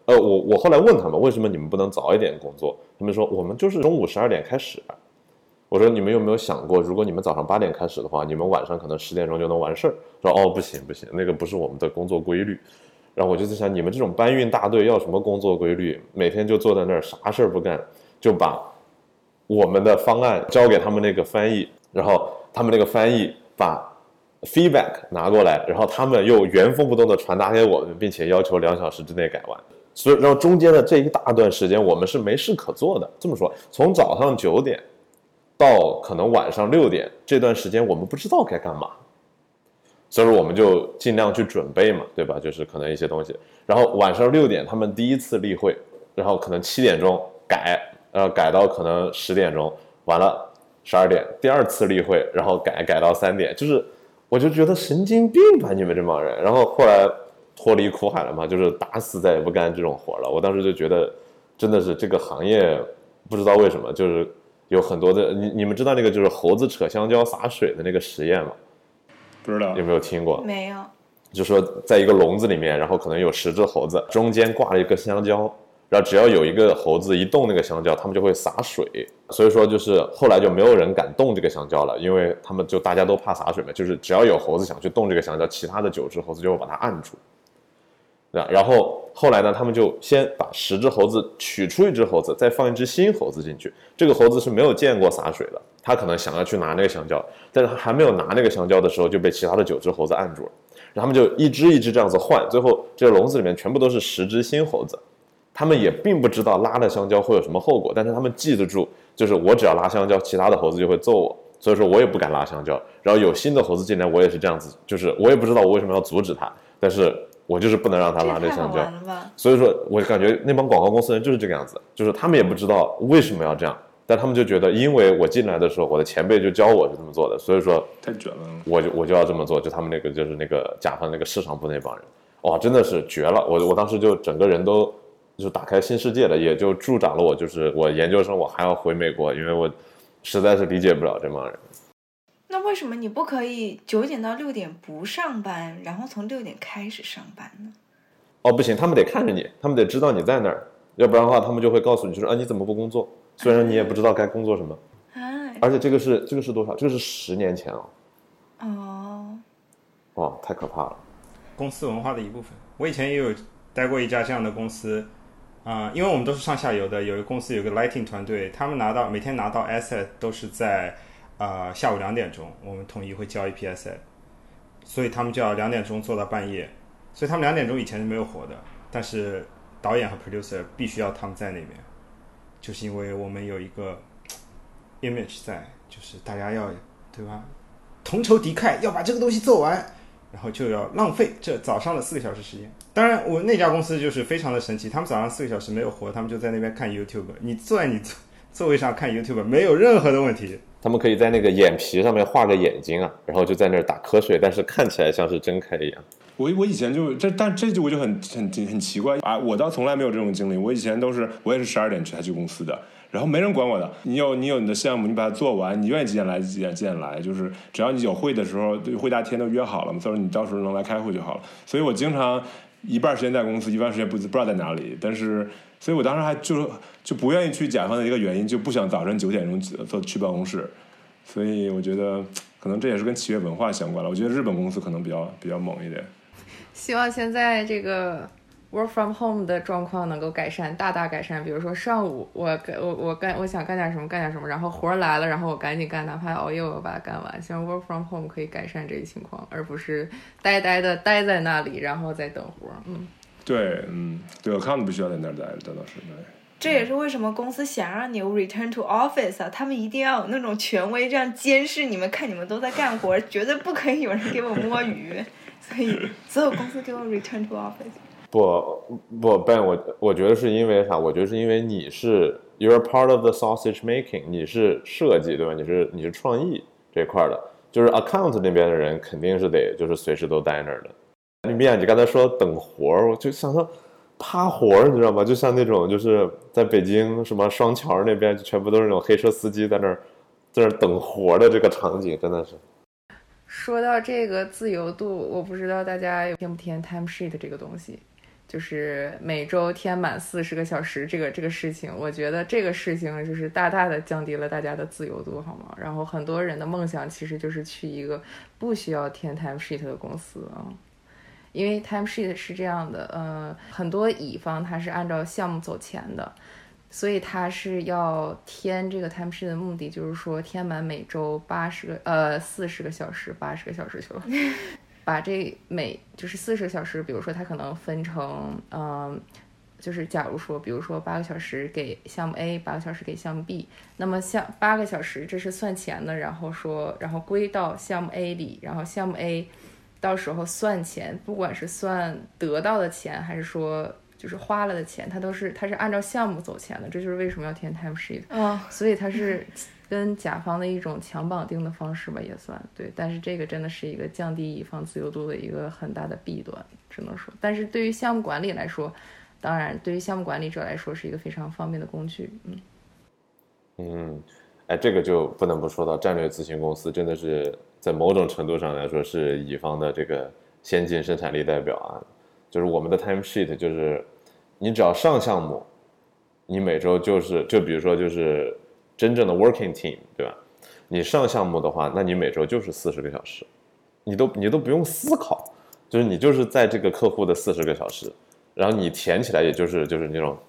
我后来问他们为什么你们不能早一点工作，他们说我们就是中午12点开始。我说你们有没有想过，如果你们早上8点开始的话，你们晚上可能10点钟就能完事儿。说哦不行，那个不是我们的工作规律。然后我就在想，你们这种搬运大队要什么工作规律？每天就坐在那儿啥事儿不干，就把我们的方案交给他们那个翻译，然后他们那个翻译把 feedback 拿过来，然后他们又原封不动的传达给我们，并且要求2小时之内改完。所以然后中间的这一大段时间我们是没事可做的。这么说，从早上9点到可能晚上6点这段时间我们不知道该干嘛，所以说我们就尽量去准备嘛，对吧？就是可能一些东西，然后晚上6点他们第一次例会，然后可能7点钟改到可能10点钟，完了12点第二次例会，然后改到3点，就是我就觉得神经病吧你们这帮人。然后后来脱离苦海了嘛，就是打死再也不干这种活了。我当时就觉得真的是这个行业不知道为什么就是有很多的，你们知道那个就是猴子扯香蕉洒水的那个实验吗？ 不知道有没有听过？ 没有。 就说在一个笼子里面，然后可能有10只猴子，中间挂了一个香蕉，然后只要有一个猴子一动那个香蕉，他们就会洒水。所以说就是后来就没有人敢动这个香蕉了，因为他们就大家都怕洒水嘛，就是只要有猴子想去动这个香蕉，其他的9只猴子就会把它按住。然后后来呢，他们就先把10只猴子取出1只猴子，再放1只新猴子进去。这个猴子是没有见过洒水的，他可能想要去拿那个香蕉，但是他还没有拿那个香蕉的时候就被其他的9只猴子按住了。然后他们就一只一只这样子换，最后这个笼子里面全部都是10只新猴子。他们也并不知道拉了香蕉会有什么后果，但是他们记得住，就是我只要拉香蕉，其他的猴子就会揍我，所以说我也不敢拉香蕉。然后有新的猴子进来，我也是这样子，就是我也不知道我为什么要阻止他，但是我就是不能让他拉这香蕉。所以说我感觉那帮广告公司人就是这个样子，就是他们也不知道为什么要这样，但他们就觉得因为我进来的时候我的前辈就教我是这么做的，所以说太卷了， 我就要这么做。就他们那个就是那个甲方那个市场部那帮人，哇，真的是绝了。我当时就整个人都就打开新世界了，也就助长了我，就是我研究生我还要回美国，因为我实在是理解不了这帮人。 那为什么你不可以9点到6点不上班，然后从6点开始上班呢？ 哦，不行，他们得看着你，他们得知道你在那儿，要不然的话他们就会告诉你，就是啊你怎么不工作？虽然你也不知道该工作什么。而且这个是多少？这个是10年前哦。哦，太可怕了。 公司文化的一部分。我以前也有待过一家这样的公司，因为我们都是上下游的，有一个公司有个 lighting 团队，他们每天拿到 asset 都是在下午2点钟，我们统一会交一批 asset， 所以他们就要2点钟做到半夜，所以他们2点钟以前是没有活的，但是导演和 producer 必须要他们在那边，就是因为我们有一个 image 在，就是大家要对吧，同仇敌忾，要把这个东西做完，然后就要浪费这早上的4个小时时间。当然我那家公司就是非常的神奇，他们早上4个小时没有活，他们就在那边看 YouTube， 你坐在你座位上看 YouTube 没有任何的问题。 他们可以在那个眼皮上面画个眼睛啊，然后就在那儿打瞌睡，但是看起来像是睁开一样。 我以前就但这就我就很奇怪啊！我倒从来没有这种经历。我以前我也是12点才去公司的，然后没人管我的。你有你的项目，你把它做完，你愿意几点来几点来，就是只要你有会的时候，会大天都约好了嘛，所以你到时候能来开会就好了。所以我经常一半时间在公司，一半时间不知道在哪里。但是，所以我当时还就不愿意去甲方的一个原因，就不想早晨9点钟去办公室。所以我觉得可能这也是跟企业文化相关了。我觉得日本公司可能比较猛一点。 希望现在这个 work from home 的状况能够改善，大改善。比如说上午我想干点什么，然后活来了，然后我赶紧干，哪怕熬夜我把它干完。希望 work from home 可以改善这一情况，而不是呆在那里，然后再等活。 对，对，我看你必须要在那儿待着，倒是对。 这也是为什么公司想让你有 return to office 啊，他们一定要有那种权威，这样监视你们，看你们都在干活，绝对不可以有人给我摸鱼。所以所有公司给我 return to office。 不 Ben， 我觉得是因为啥？我觉得是因为你是 you're part of the sausage making， 你是设计对吧？你是创意这块的，就是 account 那边的人肯定是得就是随时都待那儿的。你刚才说等活，我就想说趴活，你知道吗？就像那种就是在北京什么双桥那边，就全部都是那种黑车司机在那儿等活的这个场景，真的是。 说到这个自由度，我不知道大家有听不听 timesheet 这个东西。 就是每周填满40个小时这个事情，我觉得这个事情就是大大的降低了大家的自由度，好吗？然后很多人的梦想其实就是去一个不需要填 timesheet 的公司啊。因为 timesheet 是这样的，很多乙方他是按照项目走钱的，所以他是要填这个 timesheet 的目的就是说填满每周40个小时，80个小时去了。把这就是40个小时，比如说它可能分成，就是假如说，比如说8个小时给项目 A，8个小时给项目 B， 那么8个小时这是算钱的，然后归到项目 A 里，然后项目 A 到时候算钱，不管是算得到的钱还是说就是花了的钱，它是按照项目走钱的，这就是为什么要填 timesheet，所以它是跟甲方的一种强绑定的方式吧，也算对。但是这个真的是一个降低乙方自由度的一个很大的弊端，只能说。但是对于项目管理来说，当然对于项目管理者来说是一个非常方便的工具。 这个就不能不说到战略咨询公司真的是在某种程度上来说是乙方的这个先进生产力代表啊。就是我们的 timesheet 就是你只要上项目，你每周就比如说就是真正的 working team， 对吧？你上项目的话，那你每周就是40个小时，你都不用思考，就是你就是在这个客户的40个小时，然后你填起来也就是那种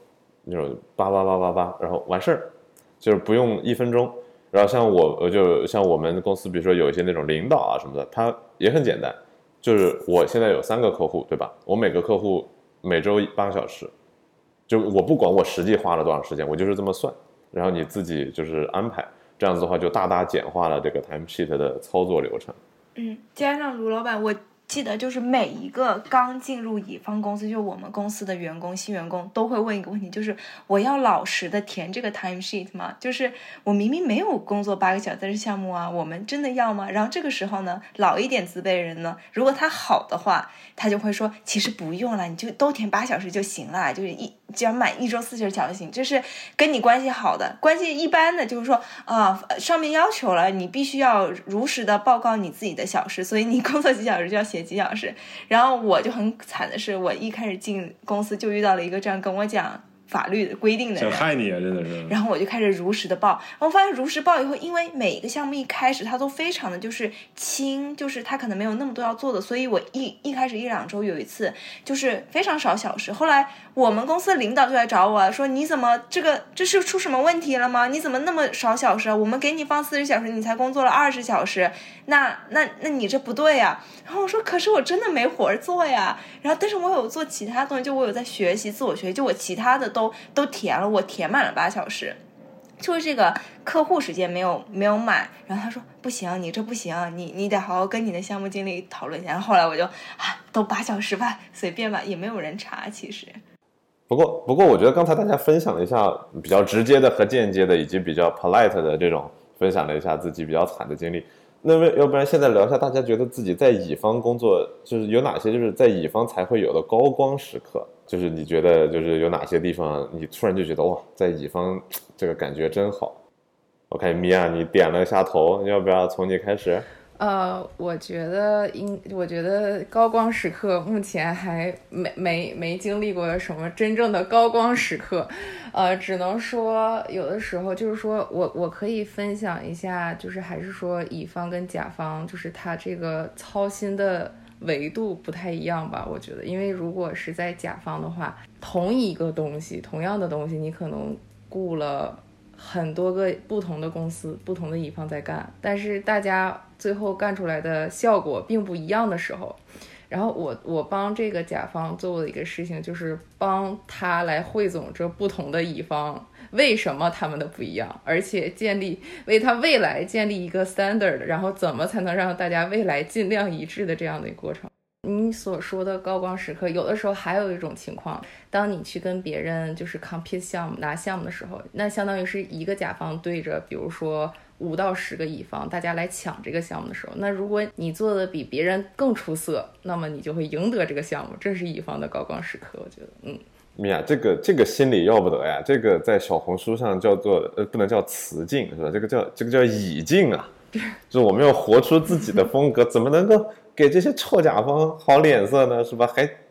8，然后完事儿，就是不用1分钟。然后像我们公司，比如说有一些那种领导啊什么的，他也很简单，就是我现在有3个客户，对吧？我每个客户每周8个小时，就我不管我实际花了多长时间，我就是这么算。然后你自己就是安排，这样子的话就大大简化了这个 timesheet 的操作流程。 加上卢老板，我记得就是每一个刚进入乙方公司，就我们公司的新员工都会问一个问题，就是我要老实的填这个 timesheet 吗？就是我明明没有工作8个小时的项目啊，我们真的要吗？然后这个时候呢，老一点资辈人呢，如果他好的话，他就会说其实不用了，你就都填8小时就行了，就是只要满1周40小时就行。这是跟你关系好的，关系一般的就是说上面要求了，你必须要如实的报告你自己的小时，所以你工作几小时就要写几小时。然后我就很惨的是，我一开始进公司就遇到了一个这样跟我讲法律的规定的人， 想害你啊，真的是。 然后我就开始如实的报，然后发现如实报以后，因为每一个项目一开始它都非常的就是轻，就是它可能没有那么多要做的，所以我一开始1-2周有一次就是非常少小时。后来我们公司的领导就来找我说，你怎么这是出什么问题了吗？你怎么那么少小时啊？我们给你放40小时，你才工作了20小时，那你这不对呀。然后我说可是我真的没活做呀。然后但是我有做其他东西，就我有在学习自我学习，就我其他的都填了，我填满了8小时，就是这个客户时间没有满。然后他说不行，你这不行，你得好好跟你的项目经理讨论一下。然后后来我就都8小时吧，随便吧，也没有人查其实。 不过我觉得刚才大家分享了一下比较直接的和间接的以及比较 polite 的这种分享了一下自己比较惨的经历。那么要不然现在聊一下大家觉得自己在乙方工作就是有哪些就是在乙方才会有的高光时刻，就是你觉得就是有哪些地方你突然就觉得哇，在乙方这个感觉真好。我看米娅你点了下头，要不要从你开始？ 我觉得高光时刻目前还没经历过什么真正的高光时刻，只能说有的时候就是说我可以分享一下，就是还是说乙方跟甲方就是他这个操心的维度不太一样吧，我觉得。因为如果是在甲方的话，同样的东西你可能雇了很多个不同的公司不同的乙方在干，但是大家最后干出来的效果并不一样的时候，然后我帮这个甲方做的一个事情就是帮他来汇总这不同的乙方为什么他们的不一样，而且为他未来建立一个 standard， 然后怎么才能让大家未来尽量一致的这样的一个过程。你所说的高光时刻，有的时候还有一种情况，当你去跟别人就是 compete 项目拿项目的时候，那相当于是一个甲方对着比如说5到10个乙方，大家来抢这个项目的时候，那如果你做的比别人更出色，那么你就会赢得这个项目，这是乙方的高光时刻，我觉得。 米娅，这个心理要不得呀！这个在小红书上叫做不能叫雌竞是吧？这个叫乙竞啊，就是我们要活出自己的风格，怎么能够给这些臭甲方好脸色呢？是吧？还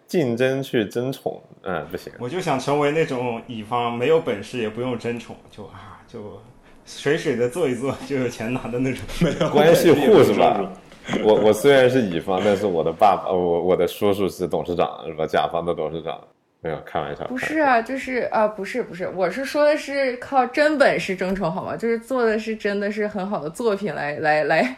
竞争去争宠，不行。 我就想成为那种乙方，没有本事也不用争宠，就水水的做一做就有钱拿的那种， 没有关系户是吧？我虽然是乙方，但是我的爸爸，我的叔叔是董事长，是吧？甲方的董事长。没有开玩笑， 不是啊，就是不是，我是说的是靠真本事争宠好吗？就是做的是真的是很好的作品来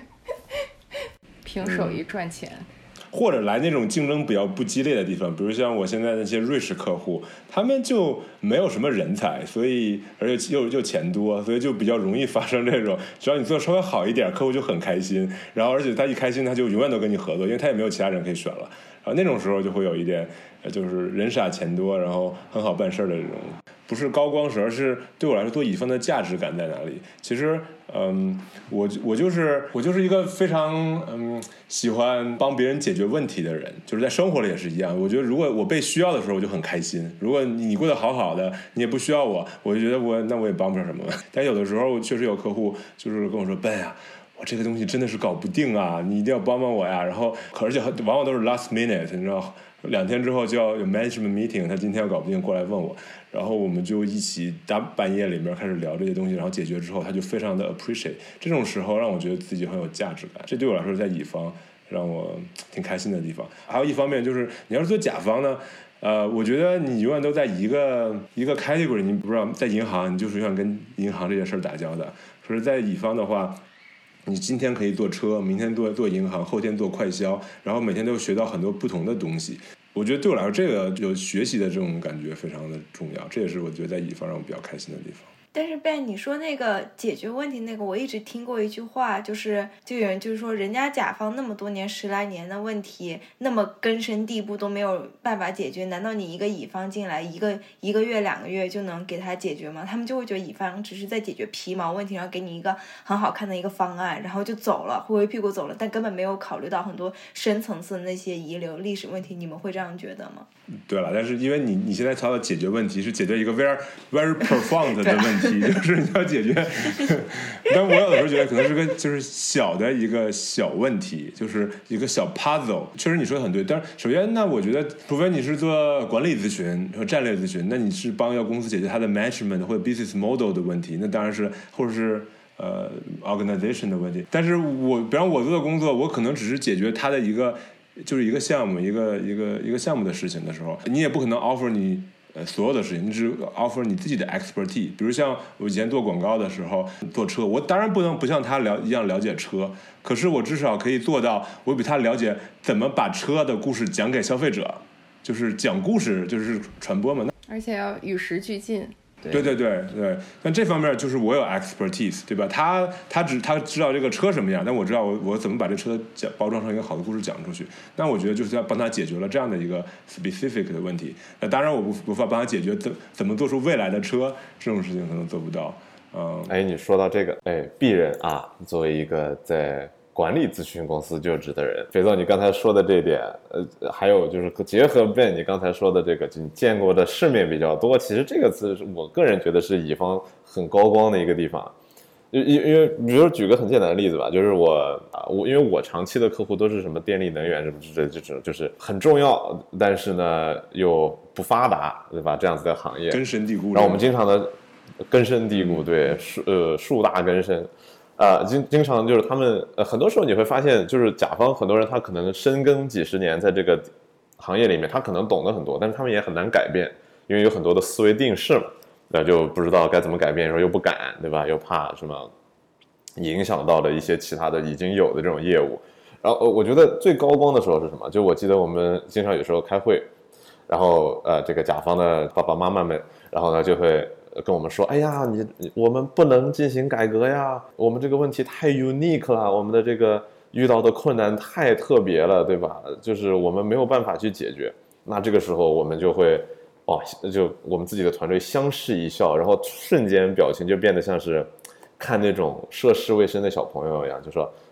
凭手艺赚钱。 或者来那种竞争比较不激烈的地方，比如像我现在那些瑞士客户，他们就没有什么人才，所以而且又钱多，所以就比较容易发生这种，只要你做的稍微好一点，客户就很开心，然后而且他一开心，他就永远都跟你合作，因为他也没有其他人可以选了，然后那种时候就会有一点就是人傻钱多，然后很好办事的这种，不是高光时，而是对我来说做乙方的价值感在哪里。其实我就是一个非常喜欢帮别人解决问题的人，就是在生活里也是一样。我觉得如果我被需要的时候我就很开心，如果你过得好好的，你也不需要我就觉得那我也帮不上什么。但有的时候确实有客户就是跟我说Ben啊，我这个东西真的是搞不定啊，你一定要帮帮我呀。然后而且往往都是 last minute， 你知道2天之后就要有 management meeting， 他今天要搞不定过来问我，然后我们就一起大半夜里面开始聊这些东西，然后解决之后他就非常的 appreciate， 这种时候让我觉得自己很有价值感，这对我来说在乙方让我挺开心的地方。还有一方面就是你要是做甲方呢，我觉得你永远都在一个 category， 你不知道在银行你就是永远跟银行这些事儿打交道，可是在乙方的话，你今天可以做车，明天做银行，后天做快销，然后每天都学到很多不同的东西。我觉得对我来说，这个有学习的这种感觉非常的重要，这也是我觉得在乙方让我比较开心的地方。 但是 Ben 你说那个解决问题那个，我一直听过一句话，就有人就是说，人家甲方那么多年10来年的问题，那么根深蒂固都没有办法解决，难道你一个乙方进来一个月2个月就能给他解决吗？他们就会觉得乙方只是在解决皮毛问题，然后给你一个很好看的一个方案，然后就走了，挥挥屁股走了，但根本没有考虑到很多深层次的那些遗留历史问题。你们会这样觉得吗？ 对了，但是因为你现在操的解决问题是解决一个 very profound 的问题就是你要解决但我有的时候觉得可能是个就是小的一个小问题，就是一个小 puzzle。 确实你说的很对，但是首先那我觉得除非你是做管理咨询和战略咨询，那你是帮一个公司解决它的 management 或者 business model 的问题，那当然是或者是organization 的问题。但是比方我做的工作，我可能只是解决它的一个项目一个项目的事情的时候，你也不可能 offer 你所有的事情，你只 offer 你自己的 expertise。 比如像我以前做广告的时候做车，我当然不像他一样了解车，可是我至少可以做到我比他了解怎么把车的故事讲给消费者，就是讲故事，就是传播嘛， 而且要与时俱进。 对，但这方面就是我有 expertise， 对吧？他知道这个车什么样，但我知道我怎么把这车包装成一个好的故事讲出去。那我觉得就是要帮他解决了这样的一个 specific 的问题。那当然我无法帮他解决怎么做出未来的车，这种事情可能做不到。 你说到这个，鄙人啊，作为一个在管理咨询公司就职的人，肥皂你刚才说的这一点，还有就是结合 Ben 你刚才说的这个，你见过的世面比较多，其实这个词我个人觉得是乙方很高光的一个地方。因为比如说举个很简单的例子吧，就是因为我长期的客户都是什么电力能源什么这种就是很重要，但是呢又不发达，对吧？这样子的行业根深蒂固， 然后我们经常的根深蒂固，对，树大根深。经常就是他们很多时候你会发现，就是甲方很多人他可能深耕几十年在这个行业里面，他可能懂得很多，但是他们也很难改变，因为有很多的思维定式嘛，就不知道该怎么改变，又不敢，对吧？又怕什么影响到的一些其他的已经有的这种业务。然后我觉得最高光的时候是什么？就我记得我们经常有时候开会，然后这个甲方的爸爸妈妈们，然后呢就会跟我们说，哎呀，我们不能进行改革呀，我们这个问题太 unique 了，我们的这个遇到的困难太特别了，对吧？就是我们没有办法去解决。那这个时候我们就会就我们自己的团队相视一笑，然后瞬间表情就变得像是看那种涉世未深的小朋友一样，就说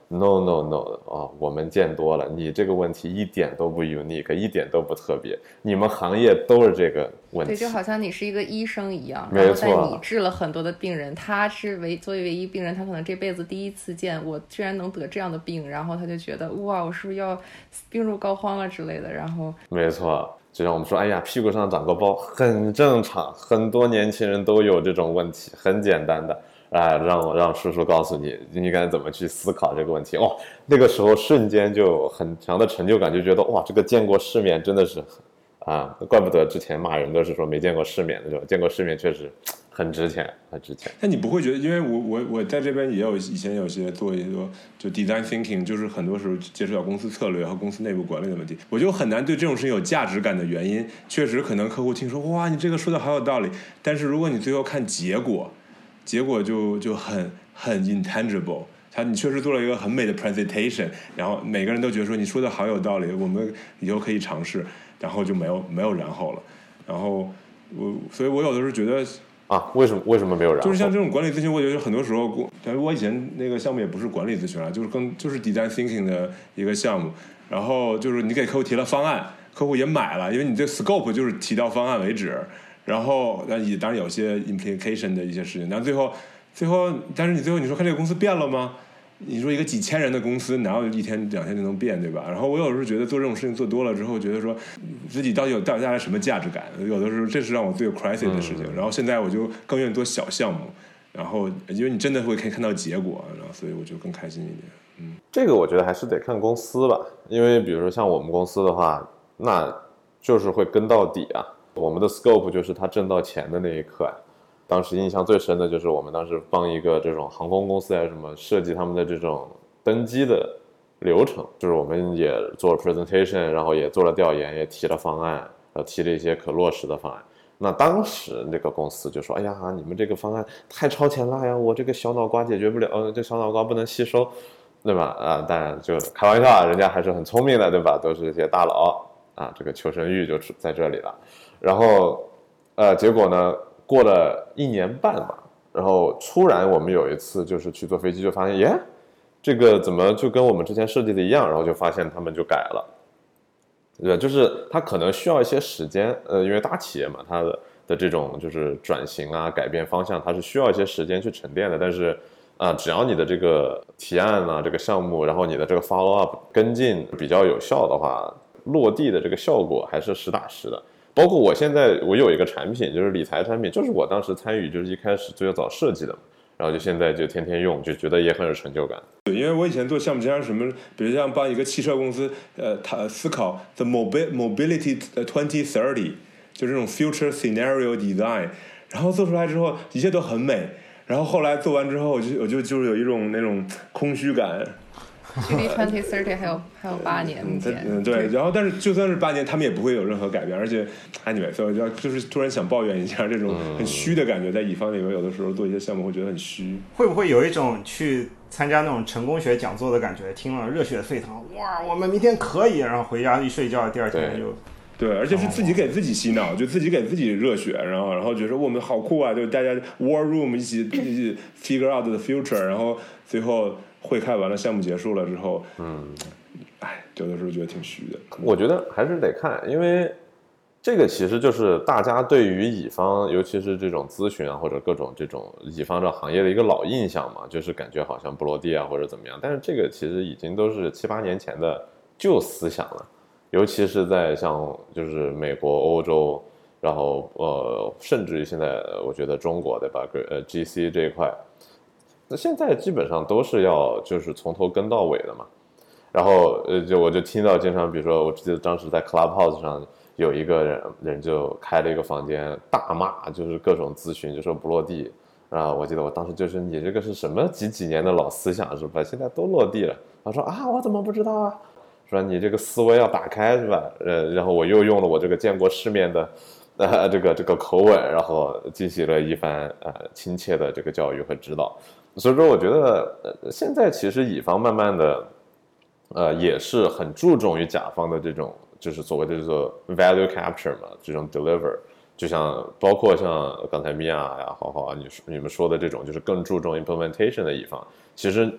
No， 我们见多了，你这个问题一点都不 unique， 一点都不特别，你们行业都是这个问题。 对，就好像你是一个医生一样， 没错， 然后但你治了很多的病人，他是作为唯一病人，他可能这辈子第一次见我居然能得这样的病，然后他就觉得哇，我是不是要病入膏肓了之类的，然后没错，就像我们说，哎呀，屁股上长个包很正常，很多年轻人都有这种问题，很简单的。让叔叔告诉你，你该怎么去思考这个问题。那个时候瞬间就很强的成就感，就觉得哇，这个见过世面真的是怪不得之前骂人都是说没见过世面的，见过世面确实很值钱，很值钱。 但你不会觉得，因为我在这边也有以前有些做一个就 design thinking， 就是很多时候接触到公司策略和公司内部管理的问题，我就很难对这种事情有价值感的原因，确实可能客户听说哇，你这个说的好有道理，但是如果你最后看结果就很 intangible， 你确实做了一个很美的 presentation， 然后每个人都觉得说你说的好有道理，我们以后可以尝试，然后就没有然后了。然后所以我有的时候觉得为什么没有然后？ 就是像这种管理咨询，我觉得很多时候，我以前那个项目也不是管理咨询就是 design thinking 的一个项目，然后就是你给客户提了方案，客户也买了，因为你这 scope 就是提到方案为止。然后也当然有些 implication 的一些事情，但最后，但是你最后你说看这个公司变了吗？你说一个几千人的公司哪有一天两天就能变，对吧？然后我有时候觉得做这种事情做多了之后，觉得说自己到底带来什么价值感？有的时候这是让我最有 crisis 的事情。然后现在我就更愿意做小项目，然后因为你真的可以看到结果，然后所以我就更开心一点。 这个我觉得还是得看公司吧，因为比如说像我们公司的话，那就是会跟到底啊。我们的 scope 就是他挣到钱的那一刻当时印象最深的就是我们当时帮一个这种航空公司还是什么设计他们的这种登机的流程，就是我们也做了 presentation， 然后也做了调研，也提了方案，然后提了一些可落实的方案。那当时这个公司就说，哎呀，你们这个方案太超前了呀，我这个小脑瓜解决不了，这小脑瓜不能吸收，对吧？当然就开玩笑，人家还是很聪明的，对吧？都是一些大佬这个求生欲就在这里了。然后结果呢过了1年半吧，然后突然我们有一次就是去坐飞机，就发现这个怎么就跟我们之前设计的一样，然后就发现他们就改了。对，就是它可能需要一些时间，因为大企业嘛，它的这种就是转型改变方向，它是需要一些时间去沉淀的。但是只要你的这个提案这个项目，然后你的这个 follow up 跟进比较有效的话，落地的这个效果还是实打实的。包括我现在我有一个产品，就是理财产品，就是我当时参与，就是一开始最早设计的嘛，然后就现在就天天用，就觉得也很有成就感。 对，因为我以前做项目，像什么，比如像帮一个汽车公司，他思考 the mobility 2030，就这种 future scenario design， 然后做出来之后，一切都很美，然后后来做完之后，就是有一种那种空虚感。 距离2030还有8年，目前对，然后但是就算是8年，他们也不会有任何改变，而且anyway，所以就是突然想抱怨一下这种很虚的感觉，在乙方里面有的时候做一些项目会觉得很虚。 会不会有一种去参加那种成功学讲座的感觉，听了热血沸腾，哇，我们明天可以，然后回家一睡觉，第二天就对，而且是自己给自己洗脑，就自己给自己热血，然后觉得我们好酷啊，就大家 war room 一起 figure out the future， 然后最后会开完了，项目结束了之后，有的时候觉得挺虚的。 我觉得还是得看，因为这个其实就是大家对于乙方，尤其是这种咨询或者各种这种乙方这行业的一个老印象嘛，就是感觉好像不落地或者怎么样。但是这个其实已经都是7、8年前的旧思想了，尤其是在像就是美国、欧洲，然后甚至于现在我觉得中国对吧，GC 这一块。那现在基本上都是要就是从头跟到尾的嘛，然后我就听到经常，比如说我记得当时在 Clubhouse 上有一个人就开了一个房间大骂，就是各种咨询就说不落地我记得我当时就是你这个是什么几年的老思想是吧？现在都落地了。他说我怎么不知道啊？说你这个思维要打开是吧？然后我又用了我这个见过世面的这个口吻，然后进行了一番亲切的这个教育和指导。所以说我觉得现在其实乙方慢慢的也是很注重于甲方的这种就是所谓的这个 value capture 嘛，这种 deliver， 就像包括像刚才米娅呀、好你们说的这种就是更注重 implementation 的乙方，其实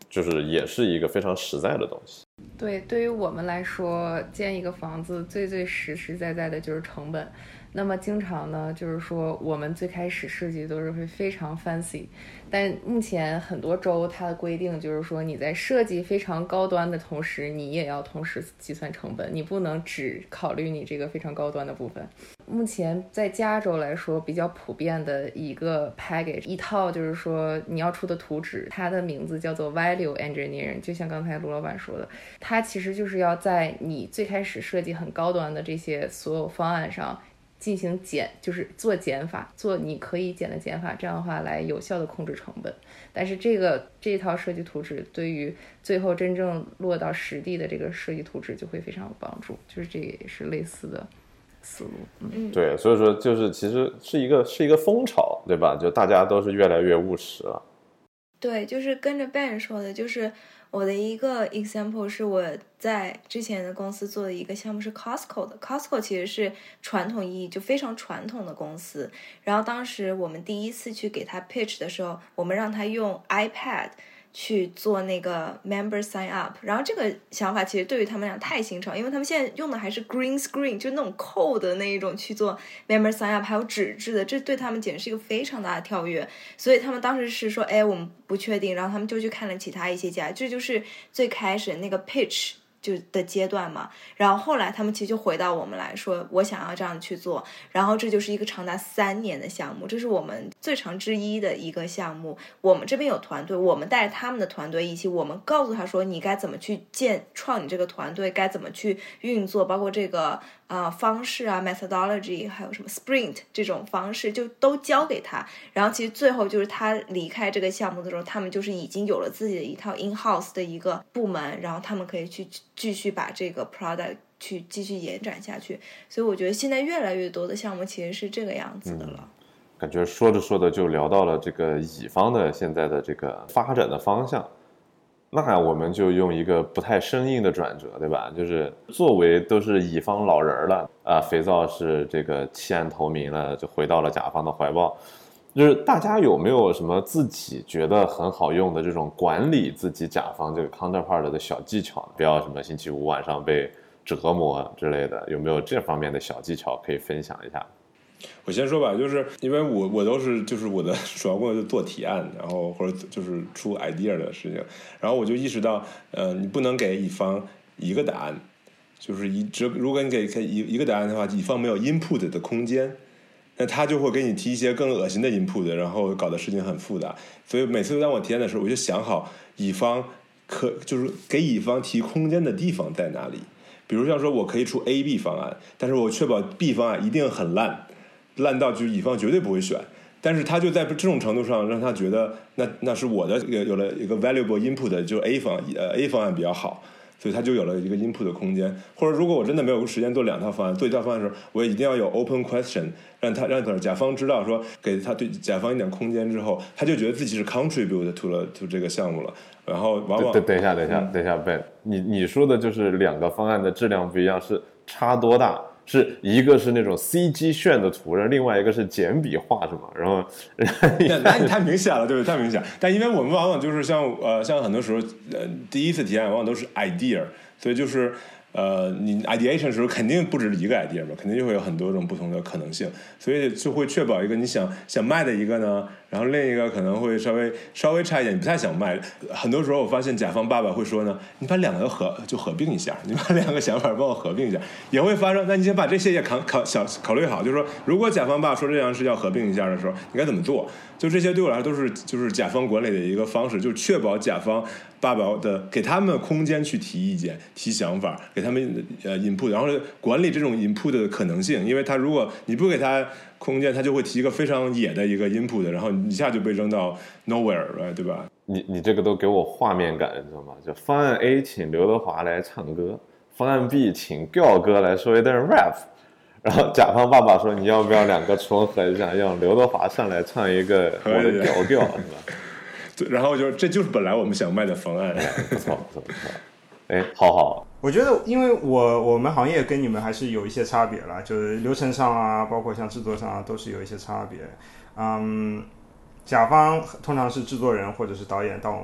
就是也是一个非常实在的东西。 对，对于我们来说，建一个房子最实实在在的就是成本。那么经常呢，就是说我们最开始设计都是会非常 fancy， 但目前很多州它的规定就是说你在设计非常高端的同时，你也要同时计算成本，你不能只考虑你这个非常高端的部分。目前在加州来说比较普遍的一个 package 一套，就是说你要出的图纸，它的名字叫做 value engineering， 就像刚才卢老板说的，它其实就是要在你最开始设计很高端的这些所有方案上进行就是做减法，做你可以减的减法，这样的话来有效的控制成本。但是这套设计图纸对于最后真正落到实地的这个设计图纸就会非常有帮助，就是这也是类似的思路。 对，所以说就是其实是一个风潮，对吧？就大家都是越来越务实了。 对，就是跟着 Ben 说的，就是我的一个 example 是我在之前的公司做的一个项目是 Costco 的。 Costco 其实是传统意义就非常传统的公司，然后当时我们第一次去给他 pitch 的时候，我们让他用 iPad去做那个 member sign up， 然后这个想法其实对于他们俩太新潮，因为他们现在用的还是 green screen， 就那种扣的那一种去做 member sign up， 还有纸质的，这对他们简直是一个非常大的跳跃，所以他们当时是说我们不确定，然后他们就去看了其他一些家，这就是最开始那个 pitch就的阶段嘛，然后后来他们其实就回到我们来说，我想要这样去做，然后这就是一个长达3年的项目，这是我们最长之一的一个项目。我们这边有团队，我们带着他们的团队一起，我们告诉他说你该怎么去创你这个团队，该怎么去运作，包括这个方式啊 methodology， 还有什么 sprint 这种方式就都交给他，然后其实最后就是他离开这个项目的时候，他们就是已经有了自己的一套 in-house 的一个部门，然后他们可以去继续把这个 product 去继续延展下去。所以我觉得现在越来越多的项目其实是这个样子的了。 感觉说着说着就聊到了这个乙方的现在的这个发展的方向，那我们就用一个不太生硬的转折，对吧？就是作为都是乙方老人了肥皂是这个弃暗投明了，就回到了甲方的怀抱。就是大家有没有什么自己觉得很好用的这种管理自己甲方这个 counterpart 的小技巧，不要什么星期五晚上被折磨之类的，有没有这方面的小技巧可以分享一下？ 我先说吧，就是因为我都是就是我的主要工作就做提案，然后或者就是出 idea 的事情，然后我就意识到你不能给乙方一个答案，就是如果你给一个答案的话，乙方没有 input 的空间，那他就会给你提一些更恶心的 input， 然后搞得事情很复杂。所以每次当我提案的时候，我就想好乙方就是给乙方提空间的地方在哪里。比如像说我可以出 A、B 方案，但是我确保 B 方案一定很烂到就是乙方绝对不会选，但是他就在这种程度上让他觉得那是我的有了一个 valuable input， 就是 A 方案比较好，所以他就有了一个 input 的空间。或者如果我真的没有时间做2套方案，做1套方案的时候，我一定要有 open question， 让甲方知道说，给他对甲方一点空间之后，他就觉得自己是 contribute to 这个项目了。然后往往等一下 Ben， 你说的就是2个方案的质量不一样，是差多大？是一个是那种 CG 炫的图，另外一个是简笔画是吗？然后那你太明显了，对不对？太明显。但因为我们往往就是像很多时候第一次提案往往都是 idea， 所以就是你 ideation 的时候肯定不止一个 idea 嘛，肯定就会有很多种不同的可能性，所以就会确保一个你想卖的一个呢，然后另一个可能会稍微差一点，你不太想卖。很多时候我发现甲方爸爸会说呢，你把2个合并一下，你把2个想法帮我合并一下，也会发生。那你先把这些也考虑好，就是说如果甲方爸说这样是要合并一下的时候，你该怎么做？就这些对我来说都是就是甲方管理的一个方式，就是确保甲方爸爸的给他们空间去提意见、提想法，给他们input， 然后管理这种 input 的可能性。因为他如果你不给他空间，他就会提一个非常野的一个 input， 然后一下就被扔到 nowhere， 对吧？ 你这个都给我画面感，你知道吗？就方案 A 请刘德华来唱歌，方案 B 请调哥来说一段 rap。然后甲方爸爸说你要不要2个重合一下，让刘德华上来唱一个我的调是吧？ 然后这就是本来我们想卖的方案。 不错。好。 我觉得因为我们行业跟你们还是有一些差别啦，就是流程上啊，包括像制作上啊，都是有一些差别。甲方通常是制作人或者是导演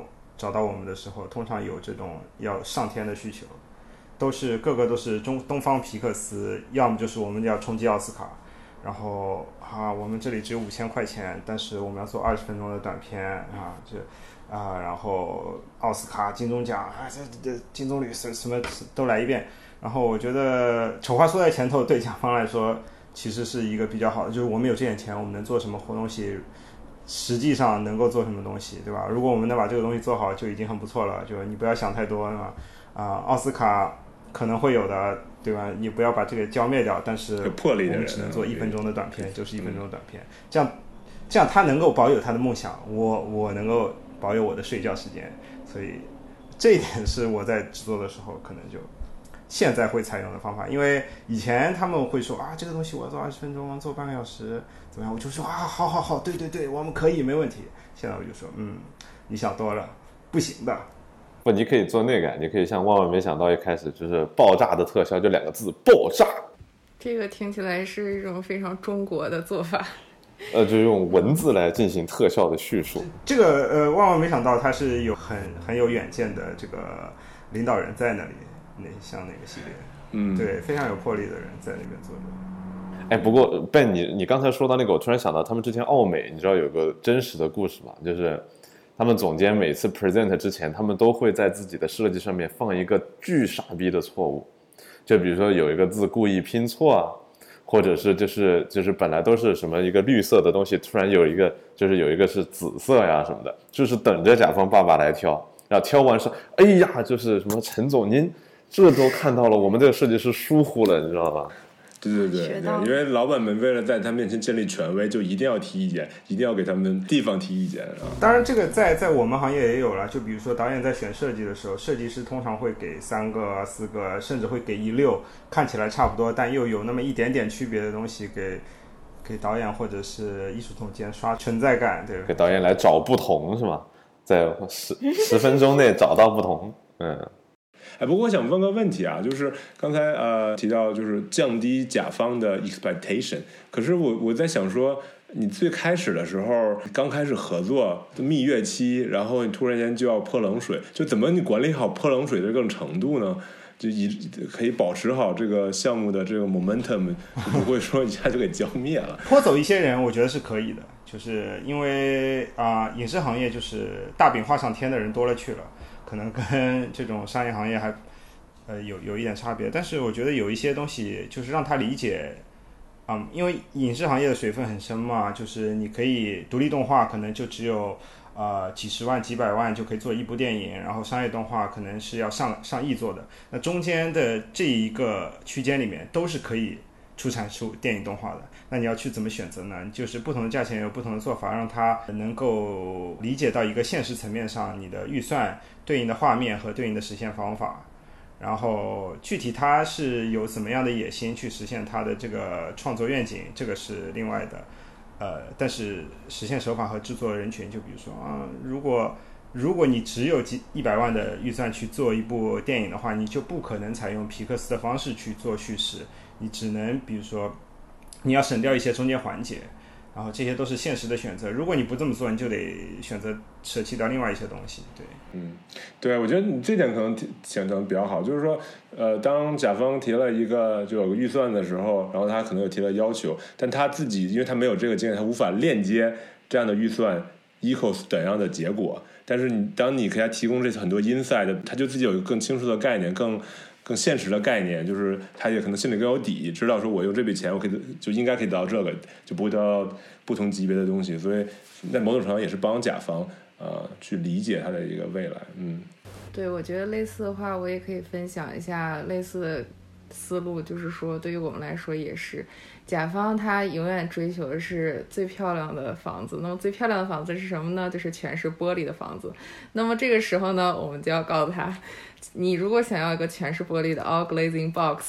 找到我们的时候，通常有这种要上天的需求，个个都是东方皮克斯，要么就是我们要冲击奥斯卡，然后我们这里只有5000块钱，但是我们要做20分钟的短片然后奥斯卡、金钟奖这金棕榈什么都来一遍。然后我觉得丑话说在前头，对甲方来说其实是一个比较好的，就是我们有这点钱，我们能做什么活东西，实际上能够做什么东西，对吧？如果我们能把这个东西做好，就已经很不错了。就你不要想太多，对吧？奥斯卡可能会有的，对吧？你不要把这个浇灭掉。但是魄力的人， 我们只能做1分钟的短片，就是1分钟的短片。这样他能够保有他的梦想，我能够保有我的睡觉时间。所以这一点是我在制作的时候可能就现在会采用的方法。因为以前他们会说这个东西我要做20分钟，做半个小时怎么样？我就说好，对，我们可以，没问题。现在我就说你想多了，不行的。 不，你可以做那个，你可以像万万没想到一开始就是爆炸的特效，就2个字爆炸。 这个听起来是一种非常中国的做法。 就用文字来进行特效的叙述。 这个万万没想到他是有很有远见的这个领导人在那里，像那个系列，对，非常有魄力的人在那边做的。 不过 Ben 你刚才说到那个，我突然想到他们之前奥美，你知道有个真实的故事吗？就是他们总监每次 present 之前，他们都会在自己的设计上面放一个巨傻逼的错误，就比如说有一个字故意拼错或者是就是本来都是什么一个绿色的东西，突然有一个是紫色呀什么的，就是等着甲方爸爸来挑，然后挑完说，哎呀，就是什么陈总您这都看到了，我们这个设计师疏忽了，你知道吧？ 对，因为老板们为了在他面前建立权威，就一定要提意见，一定要给他们地方提意见当然这个在我们行业也有了，就比如说导演在选设计的时候，设计师通常会给3个、4个，甚至会给1/6，看起来差不多但又有那么一点点区别的东西给导演或者是艺术总监刷存在感，对， 给导演来找不同是吗？在10分钟内找到不同。 不过我想问个问题就是刚才提到就是降低甲方的 expectation， 可是我在想说，你最开始的时候刚开始合作蜜月期，然后你突然间就要泼冷水，就怎么你管理好泼冷水的这种程度呢？就可以保持好这个项目的这个 momentum， 不会说一下就给浇灭了。 泼走一些人我觉得是可以的，就是因为影视行业就是大饼画上天的人多了去了，可能跟这种商业行业还有一点差别。但是我觉得有一些东西就是让他理解因为影视行业的水分很深嘛，就是你可以独立动画可能就只有几十万几百万就可以做一部电影，然后商业动画可能是要上亿做的，那中间的这一个区间里面都是可以出产出电影动画的。那你要去怎么选择呢？就是不同的价钱有不同的做法，让他能够理解到一个现实层面上你的预算对应的画面和对应的实现方法，然后具体他是有怎么样的野心去实现他的这个创作愿景，这个是另外的。但是实现手法和制作人群，就比如说如果你只有100万的预算去做一部电影的话，你就不可能采用皮克斯的方式去做叙事，你只能比如说你要省掉一些中间环节，然后这些都是现实的选择。如果你不这么做，你就得选择舍弃掉另外一些东西。对， 对，我觉得你这点可能想得比较好，就是说，当甲方提了一个就有个预算的时候，然后他可能有提了要求，但他自己因为他没有这个经验，他无法链接这样的预算 equals 怎样的结果。但是当你给他提供这很多 insight， 他就自己有一个更清楚的概念，更现实的概念，就是他也可能心里更有底，知道说我用这笔钱我就应该可以得到这个，就不会得到不同级别的东西。所以在某种程度上也是帮甲方去理解他的一个未来。 对，我觉得类似的话我也可以分享一下类似的思路，就是说对于我们来说也是，甲方他永远追求的是最漂亮的房子，那么最漂亮的房子是什么呢？就是全是玻璃的房子。那么这个时候呢，我们就要告诉他，你如果想要一个全是玻璃的 all glazing box，